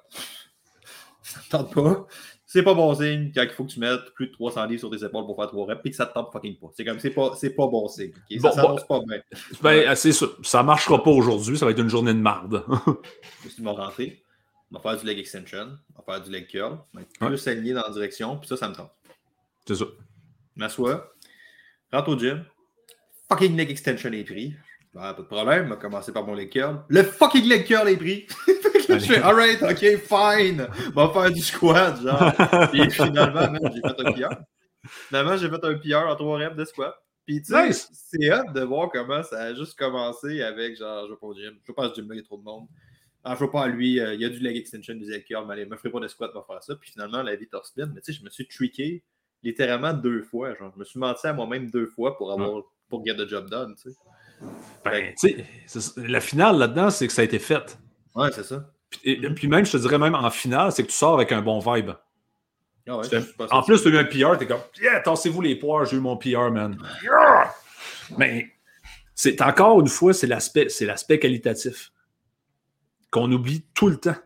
S2: Ça te tente pas. C'est pas bon signe quand il faut que tu mettes plus de trois cents livres sur tes épaules pour faire trois reps et que ça te tente fucking pas. C'est comme, c'est pas, c'est pas bon signe. Okay?
S1: Bon,
S2: ça s'annonce
S1: bon,
S2: pas bien.
S1: Ben, c'est ça. Ça marchera pas aujourd'hui. Ça va être une journée de marde.
S2: Ils vont rentrer. On va faire du leg extension. On va faire du leg curl. On va être plus ouais. aligné dans la direction. Puis ça, ça me tente.
S1: C'est ça.
S2: Je m'assois. Rentre au gym. Fucking leg extension est pris. Ben, pas de problème. On va commencer par mon leg curl. Le fucking leg curl est pris. Je fais, alright, ok, fine. On va faire du squat, genre. Puis finalement, même, j'ai fait un P R. Finalement, j'ai fait un P R en trois reps de squat. Puis tu sais, nice. C'est hâte de voir comment ça a juste commencé avec, genre, je vais pas au gym. Je vais pas à ce gym-là, il y a trop de monde. Alors, je vais pas à lui, euh, il y a du leg extension, du leg curl, mais allez, me ferai pas de squat, va faire ça. Puis finalement, la vie torse spin. Mais tu sais, je me suis trické littéralement deux fois. Genre, je me suis menti à moi-même deux fois pour avoir, ouais. pour get the job done, tu sais.
S1: Ben, tu sais, la finale là-dedans, c'est que ça a été fait.
S2: Ouais, c'est ça.
S1: Puis, et, mm-hmm. puis même, je te dirais même en finale, c'est que tu sors avec un bon vibe.
S2: Ah ouais,
S1: en plus, tu as eu un P R, t'es comme « Yeah, tassez-vous les poires, j'ai eu mon P R, man. Yeah! » Mais c'est encore une fois, c'est l'aspect, c'est l'aspect qualitatif qu'on oublie tout le temps.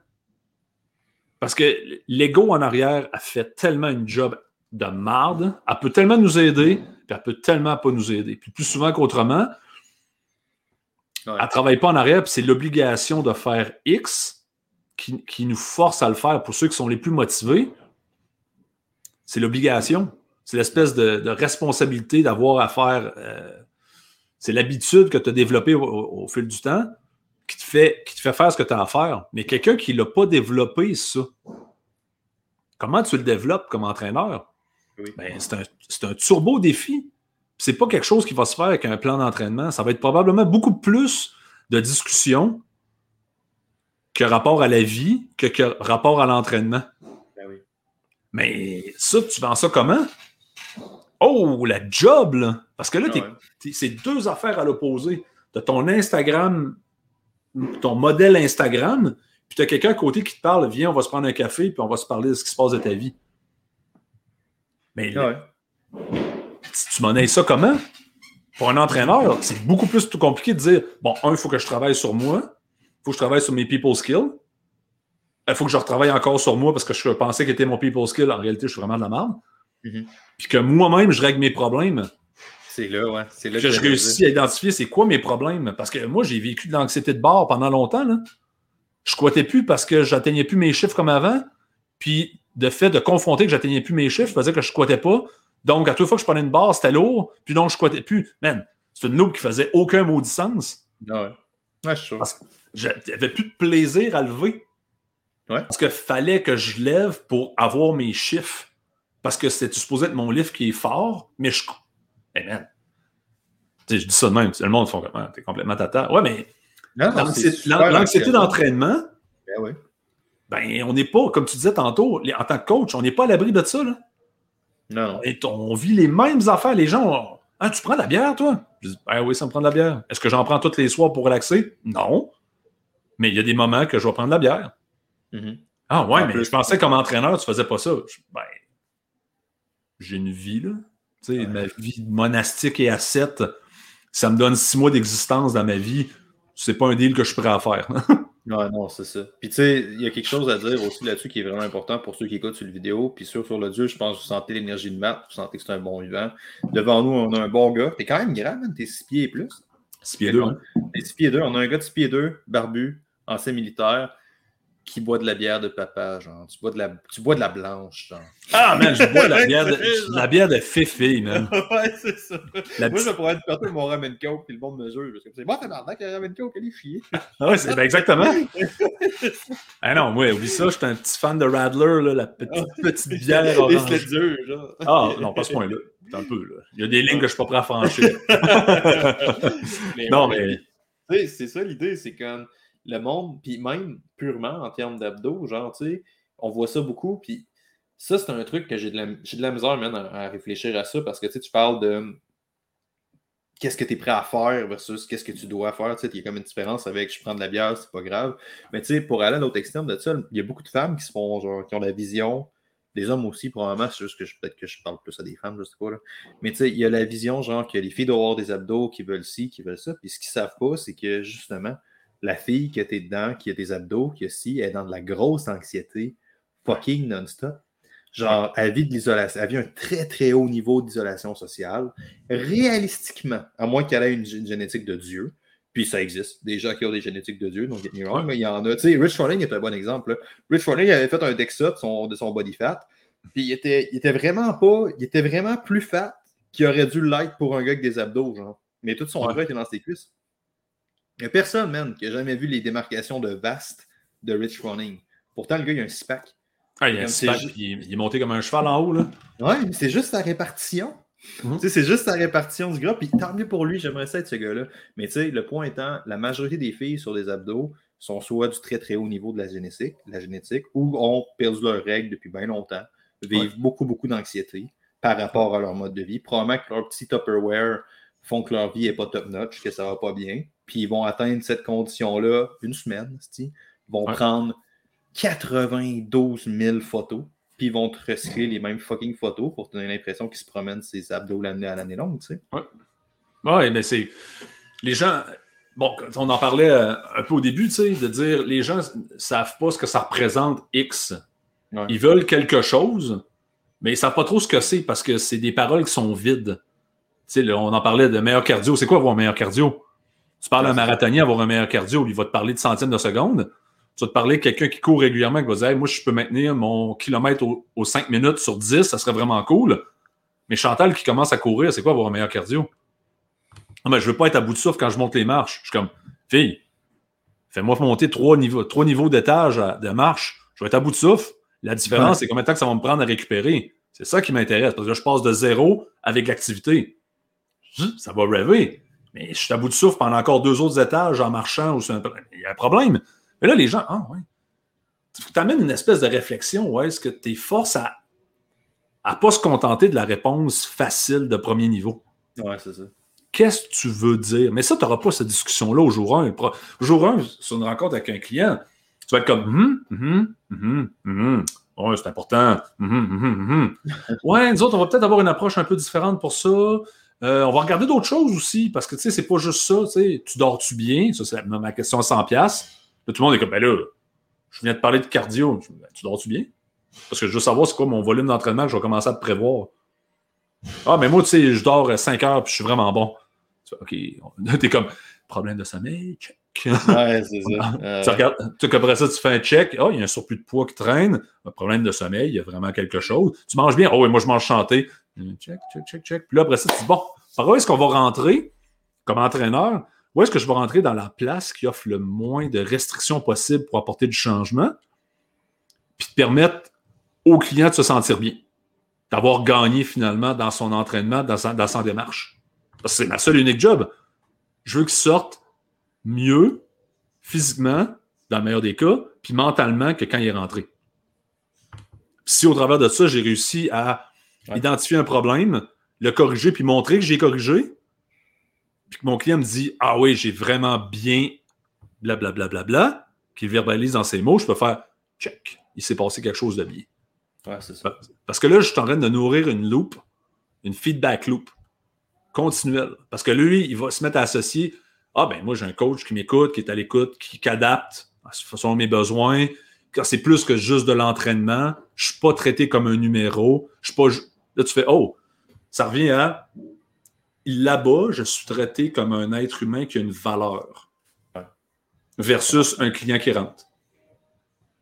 S1: Parce que l'ego en arrière a fait tellement une job de marde, elle peut tellement nous aider, puis elle peut tellement pas nous aider. Puis plus souvent qu'autrement, ouais. Elle ne travaille pas en arrière, puis c'est l'obligation de faire X qui, qui nous force à le faire pour ceux qui sont les plus motivés. C'est l'obligation. C'est l'espèce de, de responsabilité d'avoir à faire. Euh, c'est l'habitude que tu as développée au, au, au fil du temps qui te, fait, qui te fait faire ce que tu as à faire. Mais quelqu'un qui ne l'a pas développé, ça, comment tu le développes comme entraîneur? Oui. Ben, c'est, un, c'est un turbo défi. C'est pas quelque chose qui va se faire avec un plan d'entraînement. Ça va être probablement beaucoup plus de discussion que rapport à la vie que, que rapport à l'entraînement.
S2: Ben oui.
S1: Mais ça, tu vends ça comment? Oh, la job, là! Parce que là, t'es, t'es, c'est deux affaires à l'opposé. Tu as ton Instagram, ton modèle Instagram, puis tu as quelqu'un à côté qui te parle, viens, on va se prendre un café, puis on va se parler de ce qui se passe de ta vie. Mais là, ouais. Tu monnaies ça comment? Pour un entraîneur, c'est beaucoup plus tout compliqué de dire, bon, un, il faut que je travaille sur moi, il faut que je travaille sur mes people skills, il faut que je retravaille encore sur moi parce que je pensais que c'était mon people skill, en réalité, je suis vraiment de la merde. Mm-hmm. Puis que moi-même, je règle mes problèmes.
S2: C'est là, ouais. C'est là
S1: que, que je réussis à identifier c'est quoi mes problèmes. Parce que moi, j'ai vécu de l'anxiété de bord pendant longtemps. Là. Je squattais plus parce que j'atteignais plus mes chiffres comme avant. Puis, de fait de confronter que j'atteignais plus mes chiffres, ça faisait que je squattais pas. Donc, à toute fois que je prenais une barre, c'était lourd. Puis donc, je squattais plus. Man, c'est une loupe qui faisait aucun maudit sens.
S2: Ouais. Ouais, je suis sûr.
S1: Parce que j'avais plus de plaisir à lever.
S2: Ouais.
S1: Parce qu'il fallait que je lève pour avoir mes chiffres. Parce que c'était supposé être mon livre qui est fort, mais je... Hey man, tu sais, je dis ça de même, le monde fait comment? T'es complètement tata. Ouais, mais non, non, l'anxiété, l'anxiété d'entraînement,
S2: ben, oui.
S1: ben on n'est pas, comme tu disais tantôt, en tant que coach, on n'est pas à l'abri de ça. Là.
S2: Non.
S1: Et on vit les mêmes affaires. Les gens, on... ah, tu prends de la bière, toi? Je dis, ben oui, ça me prend de la bière. Est-ce que j'en prends tous les soirs pour relaxer? Non. Mais il y a des moments que je vais prendre de la bière.
S2: Mm-hmm.
S1: Ah ouais, en mais plus, je pensais comme entraîneur, tu faisais pas ça. Je... Ben, j'ai une vie, là. Tu sais, ouais. Ma vie monastique et ascète, ça me donne six mois d'existence dans ma vie. C'est pas un deal que je suis prêt à faire.
S2: Ouais, non, c'est ça. Puis tu sais, il y a quelque chose à dire aussi là-dessus qui est vraiment important pour ceux qui écoutent sur la vidéo. Puis sur, sur l'audio, je pense que vous sentez l'énergie de Matt, vous sentez que c'est un bon vivant. Devant nous, on a un bon gars. T'es quand même grand, man. T'es six pieds et plus.
S1: six pieds deux, hein.
S2: T'es six pieds deux. On a un gars de six pieds deux, barbu, ancien militaire. qui boit de la bière de papa, genre. Tu bois de la, tu bois de la blanche, genre.
S1: Ah, man, je bois de la bière de, de la bière de Fifi, man.
S2: Ouais, c'est ça.
S1: La
S2: Moi,
S1: petite...
S2: je pourrais être partout de mon ramen coke, puis le monde me juge. Parce que c'est bon, tabarnak, le ramen coke, elle est chier.
S1: Ah ouais, c'est ben exactement. Ah non, moi, oublie ça, j'étais un petit fan de Radler, là, la petite, petite bière orange.
S2: Et c'est dur, genre.
S1: Ah, non, pas à ce point-là. C'est un peu, là. Il y a des lignes que je suis pas prêt à franchir.
S2: mais
S1: non,
S2: ouais,
S1: mais...
S2: mais... c'est ça l'idée, c'est comme le monde, puis même purement en termes d'abdos, genre, tu sais, on voit ça beaucoup, puis ça, c'est un truc que j'ai de la, j'ai de la misère, man, à, à réfléchir à ça, parce que, tu sais, tu parles de qu'est-ce que tu es prêt à faire versus qu'est-ce que tu dois faire, tu sais, il y a comme une différence avec je prends de la bière, c'est pas grave, mais tu sais, pour aller à l'autre extrême de ça, il y a beaucoup de femmes qui se font, genre, qui ont la vision, des hommes aussi, probablement, c'est juste que je, peut-être que je parle plus à des femmes, je sais pas, là. Mais tu sais, il y a la vision, genre, que les filles doivent avoir des abdos, qui veulent ci, qui veulent ça. Puis ce qu'ils savent pas, c'est que, justement, la fille qui était dedans, qui a des abdos, qui a ci, elle est dans de la grosse anxiété, fucking non-stop. Genre, elle vit de l'isolation, elle vit un très, très haut niveau d'isolation sociale. Réalistiquement, à moins qu'elle ait une, une génétique de Dieu, puis ça existe, des gens qui ont des génétiques de Dieu, donc get me wrong, mais il y en a. Tu sais, Rich Froning est un bon exemple. Là. Rich Froning avait fait un DEXA de son, de son body fat, puis il était, il était vraiment pas, il était vraiment plus fat qu'il aurait dû l'être pour un gars avec des abdos, genre. Mais tout son
S1: Ouais.
S2: gras était dans ses cuisses. Il n'y a personne, man, qui a jamais vu les démarcations de vaste de Rich Froning. Pourtant, le gars, il a un six-pack.
S1: Ah, il, a un six-pack, juste... il, il est monté comme un cheval en haut, là.
S2: Ouais, mais c'est juste sa répartition. Mm-hmm. Tu sais, c'est juste sa répartition du gras, puis tant mieux pour lui, j'aimerais ça être ce gars-là. Mais tu sais, le point étant, la majorité des filles sur des abdos sont soit du très très haut niveau de la génétique, la génétique ou ont perdu leurs règles depuis bien longtemps, vivent ouais. beaucoup, beaucoup d'anxiété par rapport à leur mode de vie. Probablement que leur petit Tupperware font que leur vie n'est pas top-notch, que ça va pas bien. Puis ils vont atteindre cette condition-là une semaine, ils vont ouais. prendre quatre-vingt-douze mille photos, puis ils vont te recycler les mêmes fucking photos pour te donner l'impression qu'ils se promènent ces abdos l'année à l'année longue, tu sais.
S1: Ouais. Ouais, mais c'est... Les gens... Bon, on en parlait euh, un peu au début, tu sais, de dire les gens ne savent pas ce que ça représente X. Ouais. Ils veulent quelque chose, mais ils ne savent pas trop ce que c'est parce que c'est des paroles qui sont vides. Tu sais, là, on en parlait de meilleur cardio. C'est quoi avoir un meilleur cardio? Tu parles à un marathonien avoir un meilleur cardio, il va te parler de centièmes de seconde. Tu vas te parler de quelqu'un qui court régulièrement qui va dire hey, moi, je peux maintenir mon kilomètre aux, aux cinq minutes sur dix, ça serait vraiment cool. Mais Chantal qui commence à courir, c'est quoi avoir un meilleur cardio? Non, mais je veux pas être à bout de souffle quand je monte les marches. Je suis comme, fille, fais-moi monter trois niveaux, trois niveaux d'étage de marche. Je vais être à bout de souffle. La différence, ouais. c'est combien de temps que ça va me prendre à récupérer. C'est ça qui m'intéresse. Parce que là, je passe de zéro avec l'activité. Ça va rêver. Mais je suis à bout de souffle pendant encore deux autres étages en marchant. Ou sur un... Il y a un problème. Mais là, les gens, ah ouais. Tu amènes une espèce de réflexion. Ouais, est-ce que tu es force à ne pas se contenter de la réponse facile de premier niveau?
S2: Ouais, c'est ça.
S1: Qu'est-ce que tu veux dire? Mais ça, tu n'auras pas cette discussion-là au jour un. Au jour un, sur une rencontre avec un client, tu vas être comme hum, hum, hum, hum, ouais, c'est important. Hum, hum, hum. Ouais, nous autres, on va peut-être avoir une approche un peu différente pour ça. Euh, on va regarder d'autres choses aussi, parce que tu sais, c'est pas juste ça. Tu dors-tu bien? Ça, c'est ma question à cent dollars. Là, tout le monde est comme, ben là, je viens de parler de cardio. Ben, tu dors-tu bien? Parce que je veux savoir c'est quoi mon volume d'entraînement que je vais commencer à te prévoir. Ah, mais moi, tu sais, je dors cinq heures puis je suis vraiment bon. OK. T'es comme, problème de sommeil, check.
S2: Ouais, c'est ça. Euh...
S1: tu regardes, tu, après ça, tu fais un check. Ah, oh, il y a un surplus de poids qui traîne. Un problème de sommeil, il y a vraiment quelque chose. Tu manges bien. Oh, oui, moi, je mange chanté. Check, check, check, check. Puis là, après ça, tu dis, bon, par où est-ce qu'on va rentrer comme entraîneur? Où est-ce que je vais rentrer dans la place qui offre le moins de restrictions possibles pour apporter du changement? Puis te permettre au client de se sentir bien. D'avoir gagné finalement dans son entraînement, dans, sa, dans son démarche. Parce que c'est ma seule unique job. Je veux qu'il sorte mieux physiquement, dans le meilleur des cas, puis mentalement que quand il est rentré. Puis si au travers de ça, j'ai réussi à ouais. identifier un problème, le corriger, puis montrer que j'ai corrigé, puis que mon client me dit « Ah oui, j'ai vraiment bien blablabla, bla, bla, bla, qu'il verbalise dans ses mots, je peux faire « Check, il s'est passé quelque chose de bien. »
S2: Ouais, c'est ça.
S1: Parce que là, je suis en train de nourrir une loop, une feedback loop continuelle. Parce que lui, il va se mettre à associer « Ah, ben moi, j'ai un coach qui m'écoute, qui est à l'écoute, qui, qui adapte selon mes besoins. Quand c'est plus que juste de l'entraînement, je ne suis pas traité comme un numéro. Je suis pas... Là, tu fais « Oh, ça revient à... Là-bas, je suis traité comme un être humain qui a une valeur. » Versus un client qui rentre.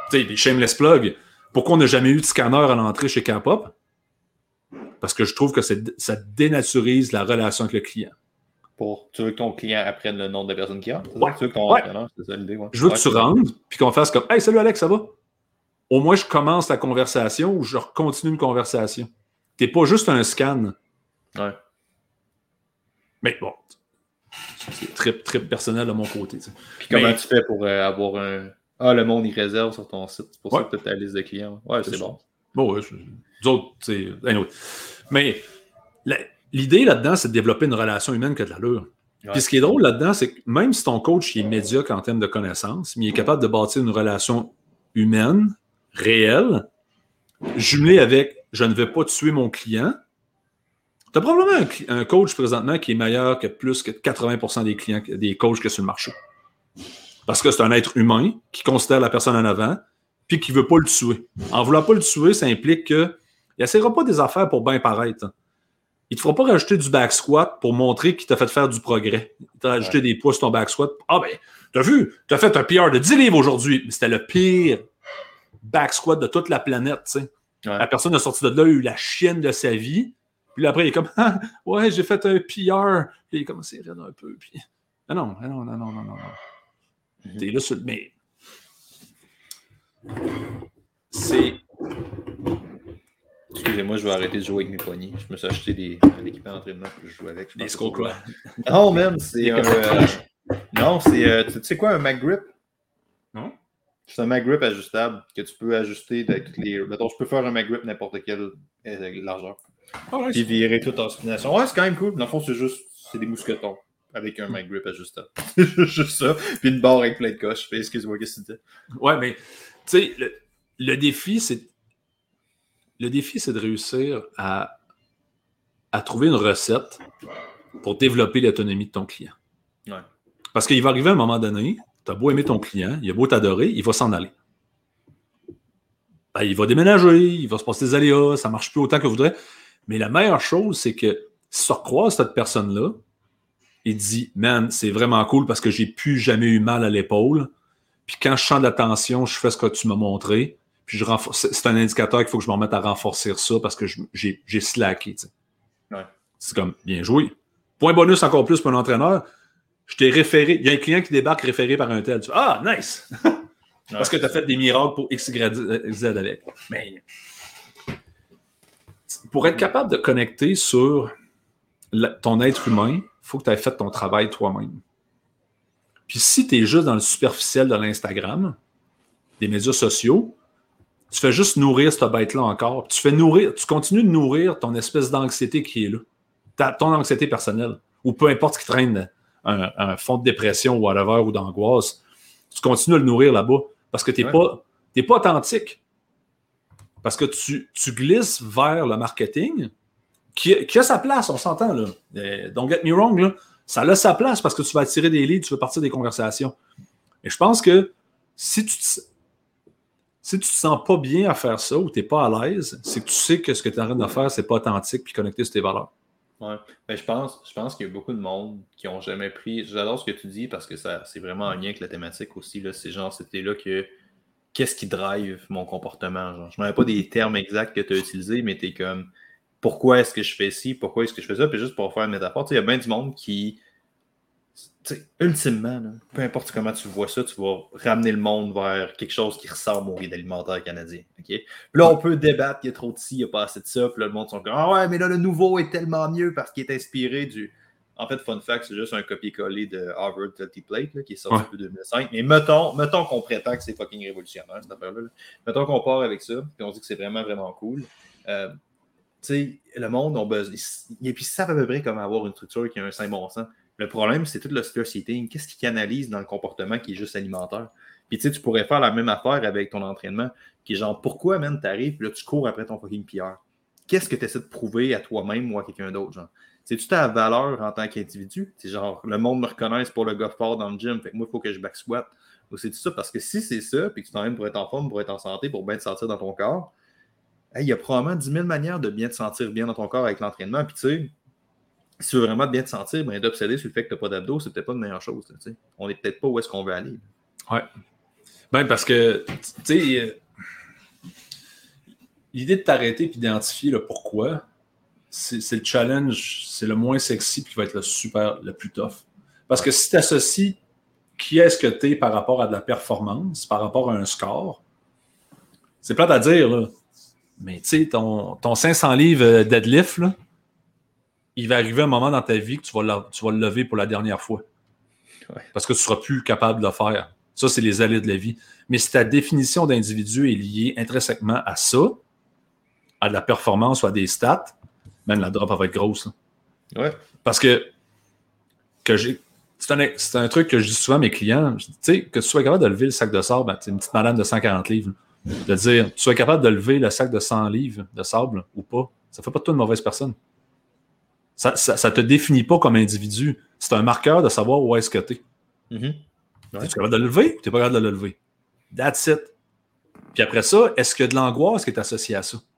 S1: Tu sais, les shameless plug. Pourquoi on n'a jamais eu de scanner à l'entrée chez K-pop? Parce que je trouve que c'est, ça dénaturise la relation avec le client.
S2: Pour, tu veux que ton client apprenne le nom de la personne qui a?
S1: Ouais.
S2: Tu veux que ton
S1: ouais.
S2: entraîneur, c'est ça l'idée? Ouais.
S1: Je veux
S2: ouais,
S1: que tu rentres puis qu'on fasse comme « Hey, salut Alex, ça va? » Au moins, je commence la conversation ou je continue une conversation. T'es pas juste un scan.
S2: Ouais.
S1: Mais bon, c'est très, très personnel de mon côté. T'sais.
S2: Puis comment
S1: Mais,
S2: tu fais pour euh, avoir un... Ah, le monde, il réserve sur ton site. C'est pour
S1: ouais.
S2: ça que tu as ta liste de clients. Ouais, c'est, c'est bon.
S1: Bon, ouais. Nous autres, tu sais... Anyway. Mais la, l'idée là-dedans, c'est de développer une relation humaine qui a de l'allure. Ouais. Puis ce qui est drôle là-dedans, c'est que même si ton coach il est médiocre en termes de connaissances, mais il est capable de bâtir une relation humaine, réelle, jumelée avec « je ne vais pas tuer mon client », tu as probablement un, un coach présentement qui est meilleur que plus que quatre-vingts pour cent des clients, des coachs que sur le marché. Parce que c'est un être humain qui considère la personne en avant puis qui ne veut pas le tuer. En voulant pas le tuer, ça implique qu'il n'essaiera pas des affaires pour bien paraître. Hein. Il ne te fera pas rajouter du back squat pour montrer qu'il t'a fait faire du progrès. Il t'a rajouté ouais. des poids sur ton back squat. Ah ben, t'as vu, t'as fait un P R de dix livres aujourd'hui. Mais c'était le pire back squat de toute la planète. Tu sais. Ouais. La personne est sortie de là, a eu la chienne de sa vie. Puis là, après, il est comme ah, ouais, j'ai fait un P R. Puis il est comme c'est raide un peu. Puis ah non, ah non, non, non, non, non. Mm-hmm. T'es là sur le. Mais c'est.
S2: Excusez-moi, je vais arrêter de jouer avec mes poignets. Je me suis acheté des, un équipement d'entraînement que je joue avec. Je
S1: des Skullcross.
S2: Non, même, c'est un. Euh, non, c'est. Euh, tu sais quoi, un McGrip?
S1: Non?
S2: C'est un McGrip ajustable que tu peux ajuster avec toutes les. Mettons, je peux faire un McGrip n'importe quelle euh, largeur. Oh, ouais, puis virer tout en spination. Ouais, c'est quand même cool. Dans le fond, c'est juste. C'est des mousquetons avec un McGrip ajustable. C'est juste ça. Puis une barre avec plein de coches. Excuse-moi, qu'est-ce que tu dis?
S1: Ouais, mais tu sais, le, le défi, c'est. Le défi, c'est de réussir à, à trouver une recette pour développer l'autonomie de ton client.
S2: Ouais.
S1: Parce qu'il va arriver à un moment donné, tu as beau aimer ton client, il a beau t'adorer, il va s'en aller. Ben, il va déménager, il va se passer des aléas, ça ne marche plus autant que voudrait. Mais la meilleure chose, c'est que si tu recroises cette personne-là, il dit « Man, c'est vraiment cool parce que j'ai plus jamais eu mal à l'épaule. Puis quand je sens de la tension, je fais ce que tu m'as montré. » Puis je renforce, c'est un indicateur qu'il faut que je me remette à renforcer ça parce que je, j'ai, j'ai slacké.
S2: Ouais.
S1: C'est comme, bien joué. Point bonus encore plus pour un entraîneur. Je t'ai référé. Il y a un client qui débarque référé par un tel. Tu fais, ah, nice! Parce ouais, que tu as fait des miracles pour X, Y, Z avec. Mais pour être capable de connecter sur la, ton être humain, il faut que tu aies fait ton travail toi-même. Puis si tu es juste dans le superficiel de l'Instagram, des médias sociaux, tu fais juste nourrir cette bête-là encore. Tu fais nourrir, tu continues de nourrir ton espèce d'anxiété qui est là. Ta, ton anxiété personnelle. Ou peu importe ce qui traîne, un, un fond de dépression, whatever, ou d'angoisse. Tu continues à le nourrir là-bas. Parce que tu n'es ouais. pas, t'es pas authentique. Parce que tu, tu glisses vers le marketing qui, qui a sa place, on s'entend là. Euh, don't get me wrong, là. Ça a sa place parce que tu vas attirer des leads, tu veux partir des conversations. Et je pense que si tu te, si tu te sens pas bien à faire ça ou tu n'es pas à l'aise, c'est que tu sais que ce que tu es en train de faire, c'est pas authentique puis connecté sur tes valeurs.
S2: Oui, mais je pense, je pense qu'il y a beaucoup de monde qui n'ont jamais pris. J'adore ce que tu dis parce que ça, c'est vraiment en lien avec la thématique aussi. Là. C'est genre, c'était là que qu'est-ce qui drive mon comportement? Genre. Je ne me rappelle pas des termes exacts que tu as utilisés, mais tu es comme pourquoi est-ce que je fais ci, pourquoi est-ce que je fais ça? Puis juste pour faire une métaphore, il y a bien du monde qui. Ultimement, là, peu importe comment tu vois ça, tu vas ramener le monde vers quelque chose qui ressemble au guide alimentaire canadien. Okay? Puis là, on peut débattre qu'il y a trop de ci, il n'y a pas assez de ça. Puis là, le monde sont comme ah ouais, mais là, le nouveau est tellement mieux parce qu'il est inspiré du. En fait, fun fact, c'est juste un copier-coller de Harvard Healthy Plate là, qui est sorti depuis ouais. deux mille cinq. Mais mettons, mettons qu'on prétend que c'est fucking révolutionnaire, cette affaire-là. Là. Mettons qu'on part avec ça, puis on dit que c'est vraiment, vraiment cool. Euh, tu sais, le monde, on besoin. Et puis, ça savent à peu près comment avoir une structure qui a un saint bon sens. Le problème, c'est tout le stress eating. Qu'est-ce qui canalise dans le comportement qui est juste alimentaire? Puis tu sais, tu pourrais faire la même affaire avec ton entraînement, qui est genre, pourquoi, man, t'arrives, là, tu cours après ton fucking P R? Qu'est-ce que tu essaies de prouver à toi-même ou à quelqu'un d'autre, genre? C'est-tu ta valeur en tant qu'individu? C'est genre, le monde me reconnaisse pour le gars fort dans le gym, fait que moi, il faut que je back squat. Ou c'est tout ça? Parce que si c'est ça, puis que tu t'entraînes pour être en forme, pour être en santé, pour bien te sentir dans ton corps, il hey, y a probablement dix mille manières de bien te sentir bien dans ton corps avec l'entraînement. Puis tu sais, si tu veux vraiment bien te sentir, ben, d'obséder sur le fait que tu n'as pas d'abdos, c'est peut-être pas une meilleure chose. Là, on n'est peut-être pas où est-ce qu'on veut aller.
S1: Ouais. Ben, parce que, tu sais, l'idée de t'arrêter et d'identifier le pourquoi, c'est, c'est le challenge, c'est le moins sexy puis qui va être le super, le plus tough. Parce que si tu associes qui est-ce que tu es par rapport à de la performance, par rapport à un score, c'est plate à dire, là. Mais tu sais, ton, ton cinq cents livres deadlift, là, il va arriver un moment dans ta vie que tu vas, la, tu vas le lever pour la dernière fois. Ouais. Parce que tu ne seras plus capable de le faire. Ça, c'est les allées de la vie. Mais si ta définition d'individu est liée intrinsèquement à ça, à de la performance ou à des stats, même la drop elle va être grosse.
S2: Ouais.
S1: Parce que, que j'ai, c'est, un, c'est un truc que je dis souvent à mes clients. Tu sais, que tu sois capable de lever le sac de sable, ben, une petite madame de cent quarante livres, de dire, tu sois capable de lever le sac de cent livres de sable ou pas, ça ne fait pas de toi une mauvaise personne. Ça ne te définit pas comme individu. C'est un marqueur de savoir où est-ce que tu es. Mm-hmm. Ouais. Es-tu capable de le lever ou tu n'es pas capable de le lever? That's it. Puis après ça, est-ce qu'il y a de l'angoisse qui est associée à ça?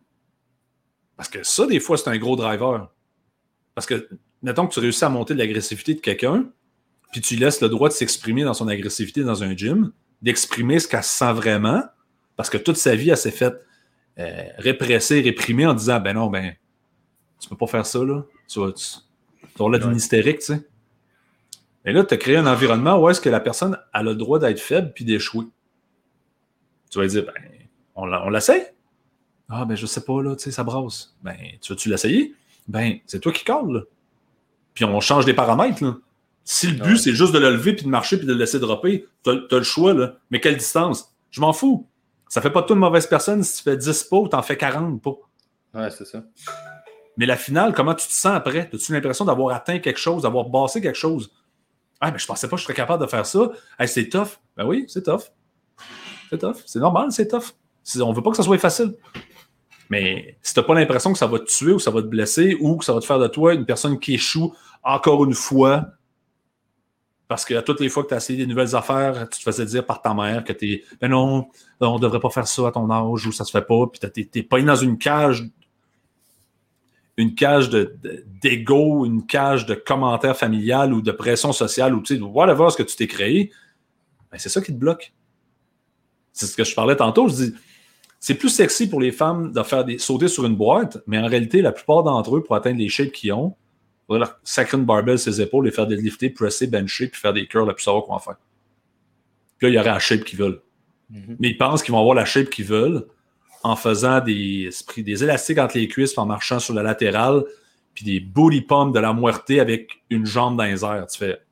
S1: Parce que ça, des fois, c'est un gros driver. Parce que, mettons que tu réussis à monter de l'agressivité de quelqu'un, puis tu laisses le droit de s'exprimer dans son agressivité dans un gym, d'exprimer ce qu'elle sent vraiment, parce que toute sa vie, elle s'est faite euh, répresser, réprimer en disant, ben non, ben, tu peux pas faire ça, là. Tu vas, tu, tu vas l'air d'une hystérique, tu sais. Mais là, tu as créé un environnement où est-ce que la personne a le droit d'être faible puis d'échouer. Tu vas lui dire, ben, on, on l'essaie? Ah, ben, je sais pas, là, tu sais, ça brasse. Ben, tu veux-tu l'essayer? Ben, c'est toi qui colle, là. Puis on change les paramètres, là. Si le but, ouais. c'est juste de le lever puis de marcher puis de le laisser dropper, tu as le choix, là. Mais quelle distance? Je m'en fous. Ça fait pas de toi une mauvaise personne si tu fais dix pas ou tu en fais quarante pas.
S2: Ouais, c'est ça.
S1: Mais la finale, comment tu te sens après? As-tu l'impression d'avoir atteint quelque chose, d'avoir bassé quelque chose? Ah, mais je pensais pas que je serais capable de faire ça. Hey, c'est tough. Ben oui, c'est tough. C'est tough. C'est normal, c'est tough. On veut pas que ça soit facile. Mais si t'as pas l'impression que ça va te tuer ou ça va te blesser ou que ça va te faire de toi une personne qui échoue encore une fois parce qu'à toutes les fois que tu as essayé des nouvelles affaires, tu te faisais dire par ta mère que t'es ben non, on devrait pas faire ça à ton âge ou ça se fait pas, puis t'es, t'es pas dans une cage une cage de, de, d'ego, une cage de commentaires familiales ou de pression sociale ou tu sais, whatever ce que tu t'es créé, ben c'est ça qui te bloque. C'est ce que je parlais tantôt, je dis c'est plus sexy pour les femmes de faire des sauter sur une boîte, mais en réalité, la plupart d'entre eux, pour atteindre les shapes qu'ils ont, il faudrait leur sacrer une barbell sur ses épaules, les faire deadlifter, presser, bencher, puis faire des curls, puis savoir quoi faire. Puis là, il y aurait la shape qu'ils veulent. Mm-hmm. Mais ils pensent qu'ils vont avoir la shape qu'ils veulent en faisant des, des élastiques entre les cuisses, puis en marchant sur la latérale, puis des booty pumps de la muerte avec une jambe dans les airs. Tu fais...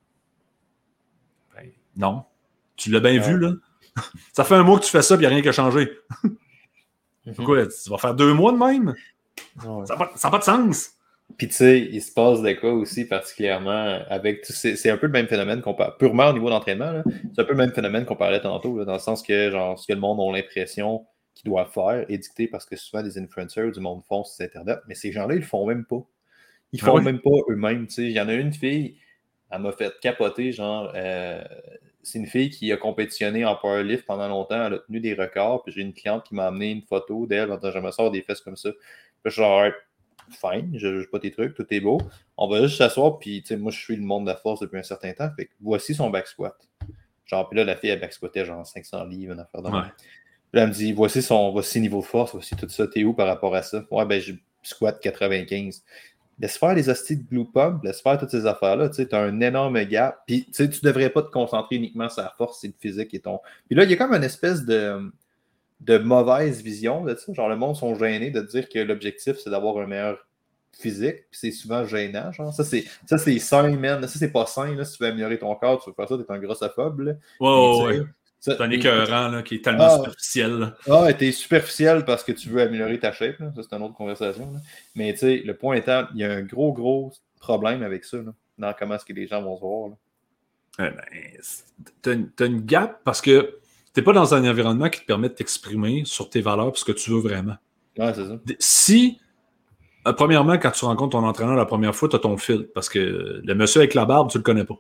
S1: Ben, non. Tu l'as bien ouais. vu, là? Ça fait un mois que tu fais ça, puis il n'y a rien qui a changé. Mm-hmm. Quoi, tu vas faire deux mois de même? Ouais. Ça n'a pas, pas de sens.
S2: Puis tu sais, il se passe des cas aussi particulièrement avec... C'est, c'est un peu le même phénomène qu'on parle, purement au niveau d'entraînement, là, c'est un peu le même phénomène qu'on parlait tantôt, là, dans le sens que genre, ce que le monde a l'impression qu'ils doivent faire est dicté parce que souvent des influencers du monde font sur Internet, mais ces gens-là, ils le font même pas. Ils font ah oui. même pas eux-mêmes. Tu sais, il y en a une fille, elle m'a fait capoter, genre... Euh, c'est une fille qui a compétitionné en powerlift pendant longtemps. Elle a tenu des records. Puis j'ai une cliente qui m'a amené une photo d'elle en disant « Je me sors des fesses comme ça. » Puis je suis genre « Fine, je n'ai pas tes trucs, tout est beau. On va juste s'asseoir. » Puis tu sais, moi, je suis le monde de la force depuis un certain temps. Fait que voici son back squat. Genre, puis là, la fille, elle back squattait genre cinq cents livres, une affaire de ouais. Puis là, elle me dit « Voici son voici niveau de force, voici tout ça. T'es où par rapport à ça? » Ouais, ben, je squat quatre-vingt-quinze. Laisse faire les hosties de glue pump, laisse faire toutes ces affaires-là. Tu sais, tu as un énorme gap. Puis, tu sais, tu devrais pas te concentrer uniquement sur la force et le physique et ton. Puis là, il y a comme une espèce de, de mauvaise vision de ça. Genre, le monde sont gênés de dire que l'objectif, c'est d'avoir un meilleur physique. Puis c'est souvent gênant. Genre, ça, c'est, ça, c'est sain, man. Ça, c'est pas sain. Là. Si tu veux améliorer ton corps, tu veux faire ça, t'es un grossophobe. Là.
S1: Ouais, ouais, ouais. C'est un écœurant là, qui est tellement ah, superficiel. Là.
S2: Ah, t'es superficiel parce que tu veux améliorer ta shape. Là. Ça, c'est une autre conversation. Là. Mais tu sais, le point étant, il y a un gros, gros problème avec ça, là, dans comment est-ce que les gens vont se voir. Là.
S1: Eh ben, t'as, une, t'as une gap parce que t'es pas dans un environnement qui te permet de t'exprimer sur tes valeurs et ce que tu veux vraiment.
S2: Ouais, c'est ça.
S1: Si, euh, premièrement, quand tu rencontres ton entraîneur la première fois, t'as ton fil parce que le monsieur avec la barbe, tu le connais pas.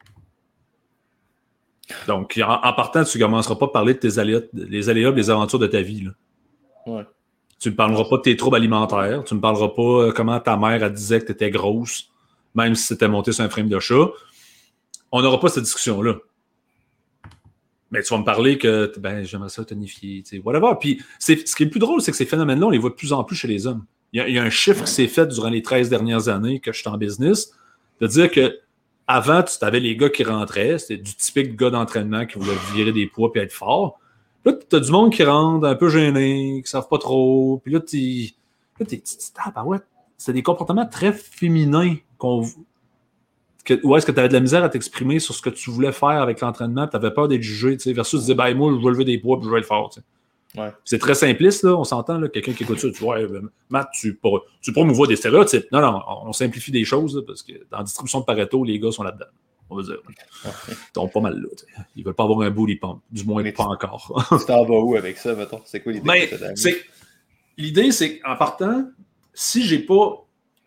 S1: Donc, en, en partant, tu ne commenceras pas à parler de tes aléas, les aléas, les aventures de ta vie. Là.
S2: Ouais.
S1: Tu ne parleras pas de tes troubles alimentaires. Tu ne parleras pas comment ta mère elle disait que tu étais grosse, même si c'était monté sur un frame de chat. On n'aura pas cette discussion-là. Mais tu vas me parler que ben, j'aimerais ça tonifier, tu sais, whatever. Puis c'est, ce qui est le plus drôle, c'est que ces phénomènes-là, on les voit de plus en plus chez les hommes. Il y a, il y a un chiffre qui s'est fait durant les treize dernières années que je suis en business, de dire que avant, tu avais les gars qui rentraient, c'était du typique gars d'entraînement qui voulait virer des poids puis être fort. Là, tu as du monde qui rentre un peu gêné, qui ne savent pas trop. Puis là, tu là, t'es, tu ah, ouais, c'est des comportements très féminins qu'on que, où est-ce que tu avais de la misère à t'exprimer sur ce que tu voulais faire avec l'entraînement, tu avais peur d'être jugé, tu sais, versus tu disais, ben moi, je veux lever des poids, puis je veux être fort, tu sais.
S2: Ouais.
S1: C'est très simpliste, là, on s'entend, là, quelqu'un qui écoute ça, tu vois, ouais, Matt, tu, tu promouvois des stéréotypes. Non, non, on, on simplifie des choses, là, parce que dans la distribution de Pareto, les gars sont là-dedans, on va dire. Ils sont pas mal là, tu sais. Ils veulent pas avoir un booty pump, du moins mais pas tu, encore.
S2: Tu t'en vas où avec ça, mettons? C'est quoi l'idée?
S1: Ben, que c'est, l'idée, c'est qu'en partant, si j'ai pas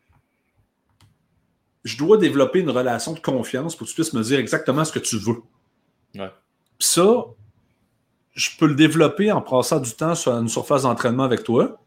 S1: je dois développer une relation de confiance pour que tu puisses me dire exactement ce que tu veux.
S2: Ouais.
S1: Puis ça, je peux le développer en passant du temps sur une surface d'entraînement avec toi.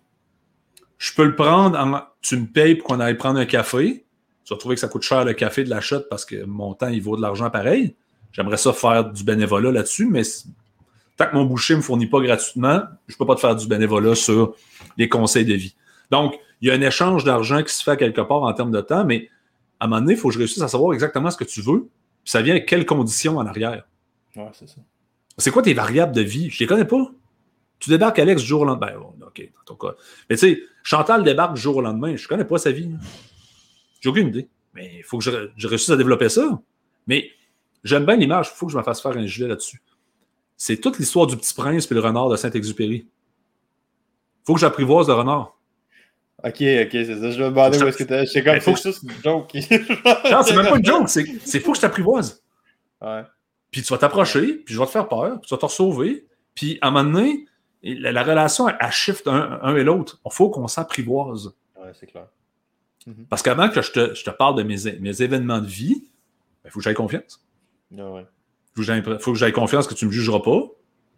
S1: Je peux le prendre en... Tu me payes pour qu'on aille prendre un café. Tu vas trouver que ça coûte cher le café de la chute parce que mon temps, il vaut de l'argent pareil. J'aimerais ça faire du bénévolat là-dessus, mais tant que mon boucher ne me fournit pas gratuitement, je ne peux pas te faire du bénévolat sur les conseils de vie. Donc, il y a un échange d'argent qui se fait quelque part en termes de temps, mais à un moment donné, il faut que je réussisse à savoir exactement ce que tu veux, puis ça vient avec quelles conditions en arrière.
S2: Ouais, c'est ça.
S1: C'est quoi tes variables de vie? Je les connais pas. Tu débarques Alex du jour au lendemain. Ben, OK, dans ton cas. Mais tu sais, Chantal débarque du jour au lendemain. Je connais pas sa vie. J'ai aucune idée. Mais il faut que je, je réussisse à développer ça. Mais j'aime bien l'image. Il faut que je me fasse faire un gilet là-dessus. C'est toute l'histoire du Petit Prince et le renard de Saint-Exupéry. Il faut que j'apprivoise le renard.
S2: Ok, ok, c'est ça. Je me demandais où est-ce que t'es. C'est comme, faut que ça, c'est une joke.
S1: Non, c'est même pas une joke. C'est, c'est faut que je t'apprivoise.
S2: Ouais.
S1: Puis tu vas t'approcher, puis je vais te faire peur, puis tu vas te sauver. Puis à un moment donné, la, la relation, elle, elle shift un, un et l'autre. Il faut qu'on s'apprivoise.
S2: Ouais, c'est clair.
S1: Mm-hmm. Parce qu'avant que je te, je te parle de mes, mes événements de vie, il faut que j'aie confiance.
S2: Ah ouais.
S1: Il faut, faut que j'aie confiance que tu ne me jugeras pas.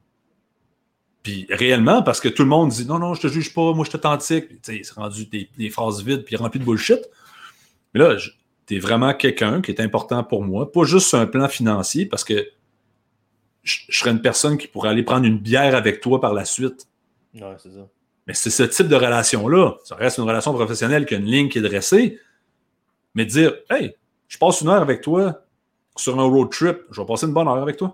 S1: Puis réellement, parce que tout le monde dit « Non, non, je te juge pas, moi je suis authentique. » C'est rendu des, des phrases vides puis remplies de bullshit. Mais là, tu es vraiment quelqu'un qui est important pour moi, pas juste sur un plan financier, parce que je, je serais une personne qui pourrait aller prendre une bière avec toi par la suite.
S2: Ouais, c'est ça.
S1: Mais c'est ce type de relation-là. Ça reste une relation professionnelle qui a une ligne qui est dressée. Mais de dire « Hey, je passe une heure avec toi sur un road trip, je vais passer une bonne heure avec toi. »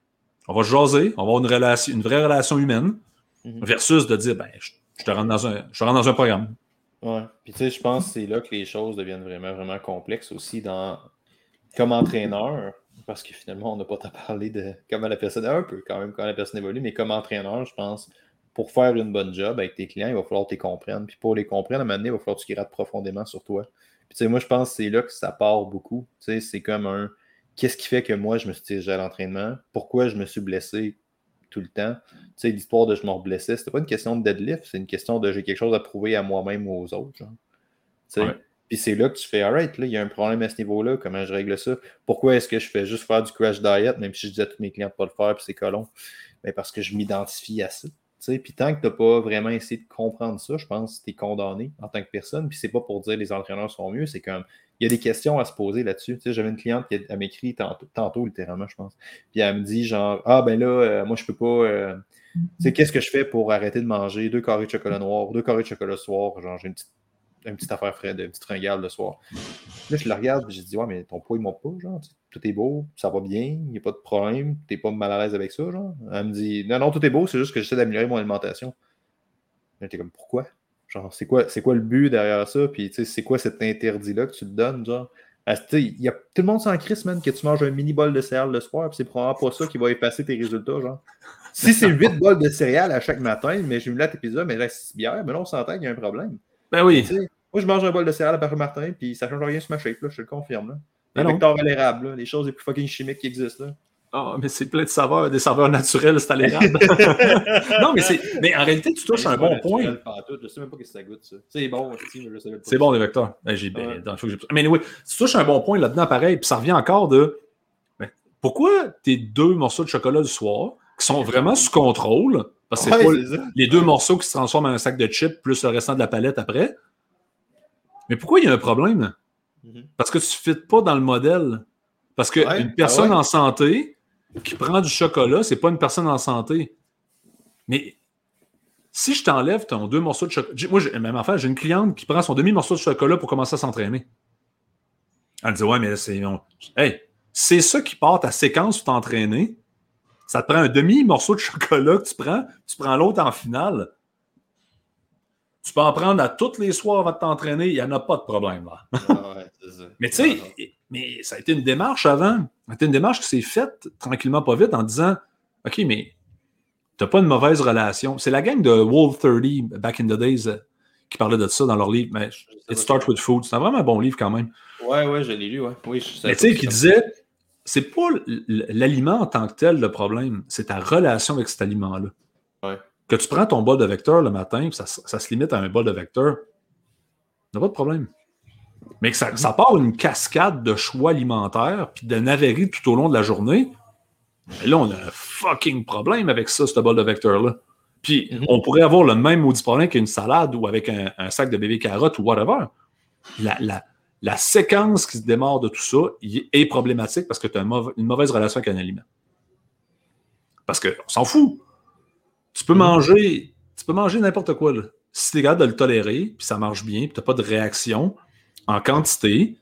S1: On va jaser, on va avoir une, relation, une vraie relation humaine, mm-hmm. versus de dire, ben, je, je, te rentre dans un, je te rentre dans un programme.
S2: Ouais. Puis tu sais, je pense que c'est là que les choses deviennent vraiment, vraiment complexes aussi dans, comme entraîneur, parce que finalement, on n'a pas à parler de comment la personne, un peu quand même, comment la personne évolue, mais comme entraîneur, je pense, pour faire une bonne job avec tes clients, il va falloir que tu les comprennes. Puis pour les comprendre, à un moment donné, il va falloir que tu grattes profondément sur toi. Puis tu sais, moi, je pense que c'est là que ça part beaucoup. Tu sais, c'est comme un... Qu'est-ce qui fait que moi, je me suis dirigé à l'entraînement? Pourquoi je me suis blessé tout le temps? Tu sais, l'histoire de je me reblessais, c'était pas une question de deadlift, c'est une question de j'ai quelque chose à prouver à moi-même ou aux autres. Genre. Tu sais? Ouais. Puis c'est là que tu fais, alright, là, il y a un problème à ce niveau-là, comment je règle ça? Pourquoi est-ce que je fais juste faire du crash diet, même si je disais à tous mes clients de ne pas le faire, puis c'est colon? Mais parce que je m'identifie à ça. Puis tant que tu n'as pas vraiment essayé de comprendre ça, je pense que tu es condamné en tant que personne. Puis c'est pas pour dire que les entraîneurs sont mieux, c'est comme il y a des questions à se poser là-dessus. Tu sais, j'avais une cliente qui a, m'écrit tantôt, tantôt, littéralement, je pense. Puis elle me dit genre Ah ben là, euh, moi je peux pas. Euh, tu sais, qu'est-ce que je fais pour arrêter de manger deux carrés de chocolat noir, deux carrés de chocolat le soir, genre j'ai une petite, une petite affaire frais, une petite ringale le soir. Là, je la regarde et j'ai dit Ouais, mais ton poids, il monte pas, genre, tout est beau, ça va bien, il n'y a pas de problème, t'es pas mal à l'aise avec ça, genre. Elle me dit Non, non, tout est beau, c'est juste que j'essaie d'améliorer mon alimentation. J'étais comme Pourquoi? Genre, c'est quoi, c'est quoi le but derrière ça? Puis, tu sais, c'est quoi cet interdit-là que tu te donnes, genre? Tu sais, y a, tout le monde s'en crisse, man, que tu manges un mini bol de céréales le soir, puis c'est probablement pas ça qui va effacer tes résultats, genre. Si c'est huit bols de céréales à chaque matin, mais j'ai mis là tes pizzas, mais là, six bières, mais là, on s'entend qu'il y a un problème.
S1: Ben oui.
S2: Moi, je mange un bol de céréales par matin, puis ça change rien sur ma shape, là, je te le confirme, là. Les
S1: ben
S2: vecteurs à l'érable, là, les choses les plus fucking chimiques qui existent, là.
S1: Ah, oh, mais c'est plein de saveurs, des saveurs naturelles, c'est à l'érable. Non, mais, c'est... mais en réalité, tu touches un bon point.
S2: Je sais même pas ce que ça goûte, ça. C'est bon, mais je sais pas.
S1: C'est bon, les vecteurs. Ben, j'ai... Ouais. Ben, j'ai... Mais oui, tu touches un bon point là-dedans, pareil, puis ça revient encore de ben, pourquoi tes deux morceaux de chocolat du soir, qui sont vraiment sous contrôle, parce que c'est ouais, pas c'est les deux morceaux qui se transforment en un sac de chips plus le restant de la palette après, mais pourquoi il y a un problème? Mm-hmm. Parce que tu ne fites pas dans le modèle. Parce qu'une ouais, personne ah ouais. en santé, qui prend du chocolat, c'est pas une personne en santé. Mais si je t'enlève ton deux morceaux de chocolat... Moi, j'ai, même affaire, j'ai une cliente qui prend son demi-morceau de chocolat pour commencer à s'entraîner. Elle me dit, ouais, mais c'est... On... Hey, c'est ça qui part ta séquence pour t'entraîner. Ça te prend un demi-morceau de chocolat que tu prends, tu prends l'autre en finale. Tu peux en prendre à tous les soirs avant de t'entraîner, il n'y en a pas de problème. Là.
S2: Ah ouais, c'est ça.
S1: Mais tu sais, mais ça a été une démarche avant. Ça a été une démarche qui s'est faite tranquillement pas vite en disant, OK, mais tu n'as pas une mauvaise relation. C'est la gang de World thirty, back in the days, euh, qui parlait de ça dans leur livre. Mais It Starts with Food. C'est vraiment un bon livre quand même.
S2: Ouais, ouais, je l'ai lu, ouais. Oui, je
S1: mais tu sais, qui disait, c'est pas l'aliment en tant que tel le problème, c'est ta relation avec cet aliment-là.
S2: Ouais.
S1: Que tu prends ton bol de Vecteur le matin, puis ça, ça se limite à un bol de Vecteur, il n'y a pas de problème. Mais que ça, ça part une cascade de choix alimentaires puis de navéries tout au long de la journée. Et là, on a un fucking problème avec ça, ce bol de Vecteur-là. Puis, mm-hmm. on pourrait avoir le même maudit problème qu'une salade ou avec un, un sac de bébé carottes ou whatever. La, la, la séquence qui se démarre de tout ça est problématique parce que tu as une mauvaise, une mauvaise relation avec un aliment. Parce qu'on s'en fout. Tu peux, mm-hmm. manger, tu peux manger n'importe quoi. Là. Si tu es capable de le tolérer, puis ça marche bien, puis tu n'as pas de réaction en quantité,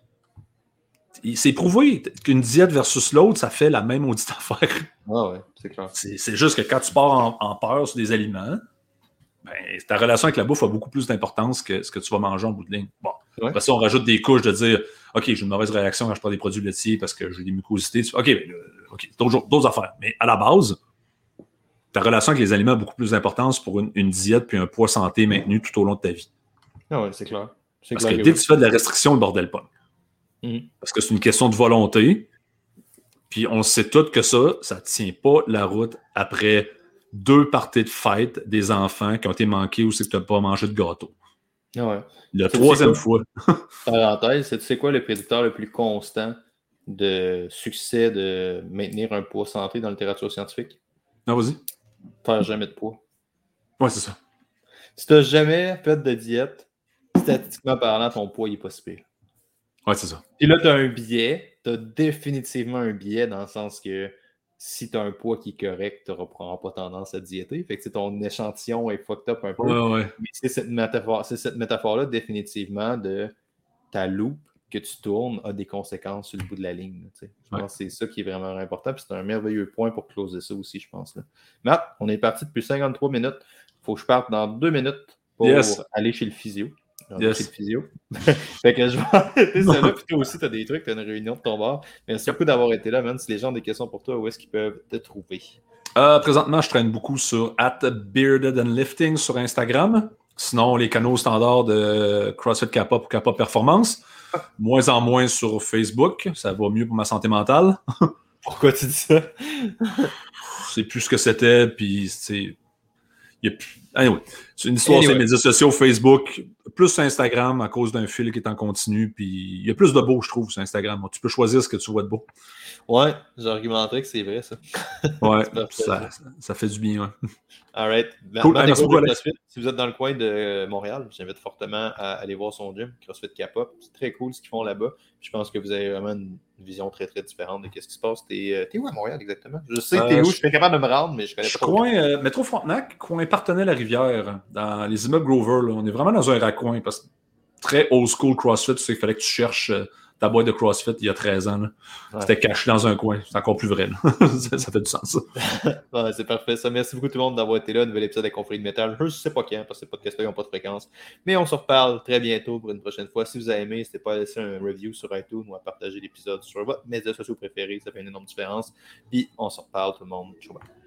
S1: c'est prouvé qu'une diète versus l'autre, ça fait la même maudite affaire.
S2: Ah ouais, c'est clair.
S1: C'est, c'est juste que quand tu pars en, en peur sur des aliments, ben, ta relation avec la bouffe a beaucoup plus d'importance que ce que tu vas manger en bout de ligne. Bon, ouais. Après ça, on rajoute des couches de dire OK, j'ai une mauvaise réaction quand je prends des produits laitiers parce que j'ai des mucosités. OK, ben, OK, d'autres, d'autres affaires. Mais à la base, ta relation avec les aliments a beaucoup plus d'importance pour une, une diète puis un poids santé maintenu tout au long de ta vie.
S2: Ah ouais, c'est clair. C'est
S1: parce
S2: clair
S1: que dès
S2: que
S1: que tu fais de la restriction, le bordel pogne.
S2: Mm-hmm.
S1: Parce que c'est une question de volonté. Puis on sait tous que ça, ça ne tient pas la route après deux parties de fête des enfants qui ont été manqués ou c'est que tu n'as pas mangé de gâteau.
S2: Ah ouais.
S1: La troisième fois.
S2: Parenthèse, c'est quoi le prédicteur le plus constant de succès de maintenir un poids santé dans la littérature scientifique?
S1: Non, vas-y.
S2: Faire jamais de poids.
S1: Ouais, c'est ça.
S2: Si tu n'as jamais fait de diète, statistiquement parlant, ton poids, il n'est pas si pire.
S1: Ouais, c'est ça.
S2: Puis là, tu as un biais. Tu as définitivement un biais dans le sens que si tu as un poids qui est correct, tu n'auras pas tendance à diéter. Fait que ton échantillon est fucked up un peu.
S1: Ouais, ouais.
S2: Mais c'est cette métaphore, c'est cette métaphore-là, définitivement, de ta loupe que tu tournes a des conséquences sur le bout de la ligne. Je ouais. pense que c'est ça qui est vraiment important. Puis c'est un merveilleux point pour closer ça aussi, je pense. Là. Matt, on est parti depuis cinquante-trois minutes. Il faut que je parte dans deux minutes pour yes. aller chez le physio.
S1: Yes.
S2: Chez le physio. Fait que je vais arrêter ça là. Puis toi aussi, tu as des trucs, tu as une réunion de ton bord. Merci beaucoup d'avoir été là, man. Si les gens ont des questions pour toi, où est-ce qu'ils peuvent te trouver?
S1: Euh, présentement, je traîne beaucoup sur at bearded and lifting sur Instagram. Sinon, les canaux standards de CrossFit Kappa pour Kappa Performance. Moins en moins sur Facebook. Ça va mieux pour ma santé mentale.
S2: Pourquoi tu dis ça?
S1: C'est plus ce que c'était. Puis, c'est. Il y a plus... Anyway, c'est une histoire anyway. Sur les médias sociaux, Facebook, plus sur Instagram à cause d'un fil qui est en continu. Puis, il y a plus de beau, je trouve, sur Instagram. Tu peux choisir ce que tu vois de beau.
S2: Ouais, j'argumenterais que c'est vrai, ça.
S1: Ouais, ça, ça fait du bien, ouais.
S2: All right.
S1: Cool. Ah, merci beaucoup,
S2: si vous êtes dans le coin de Montréal, j'invite fortement à aller voir son gym, CrossFit Kappa. C'est très cool ce qu'ils font là-bas. Je pense que vous avez vraiment une vision très, très différente de ce qui se passe. T'es, t'es où à Montréal, exactement? Je sais que t'es euh, où, je suis capable de me rendre, mais je connais
S1: je
S2: pas.
S1: Coin euh, Métro Frontenac, coin Partenay-la-Rivière, dans les immeubles Grover. Là. On est vraiment dans un raccoin, parce que très old school CrossFit, tu sais qu'il fallait que tu cherches... Euh, ta boîte de CrossFit il y a treize ans. Là. Ouais. C'était caché dans un coin. C'est encore plus vrai. ça, ça fait du sens. Ça.
S2: Ouais, c'est parfait. Ça. Merci beaucoup tout le monde d'avoir été là. Nouvel épisode de Confrérie de Métal. Je ne sais pas quand, parce que ces podcasts-là n'ont pas de fréquence. Mais on se reparle très bientôt pour une prochaine fois. Si vous avez aimé, n'hésitez pas à laisser un review sur iTunes ou à partager l'épisode sur votre médias sociaux préférés. Ça fait une énorme différence. Puis on se reparle tout le monde. Ciao.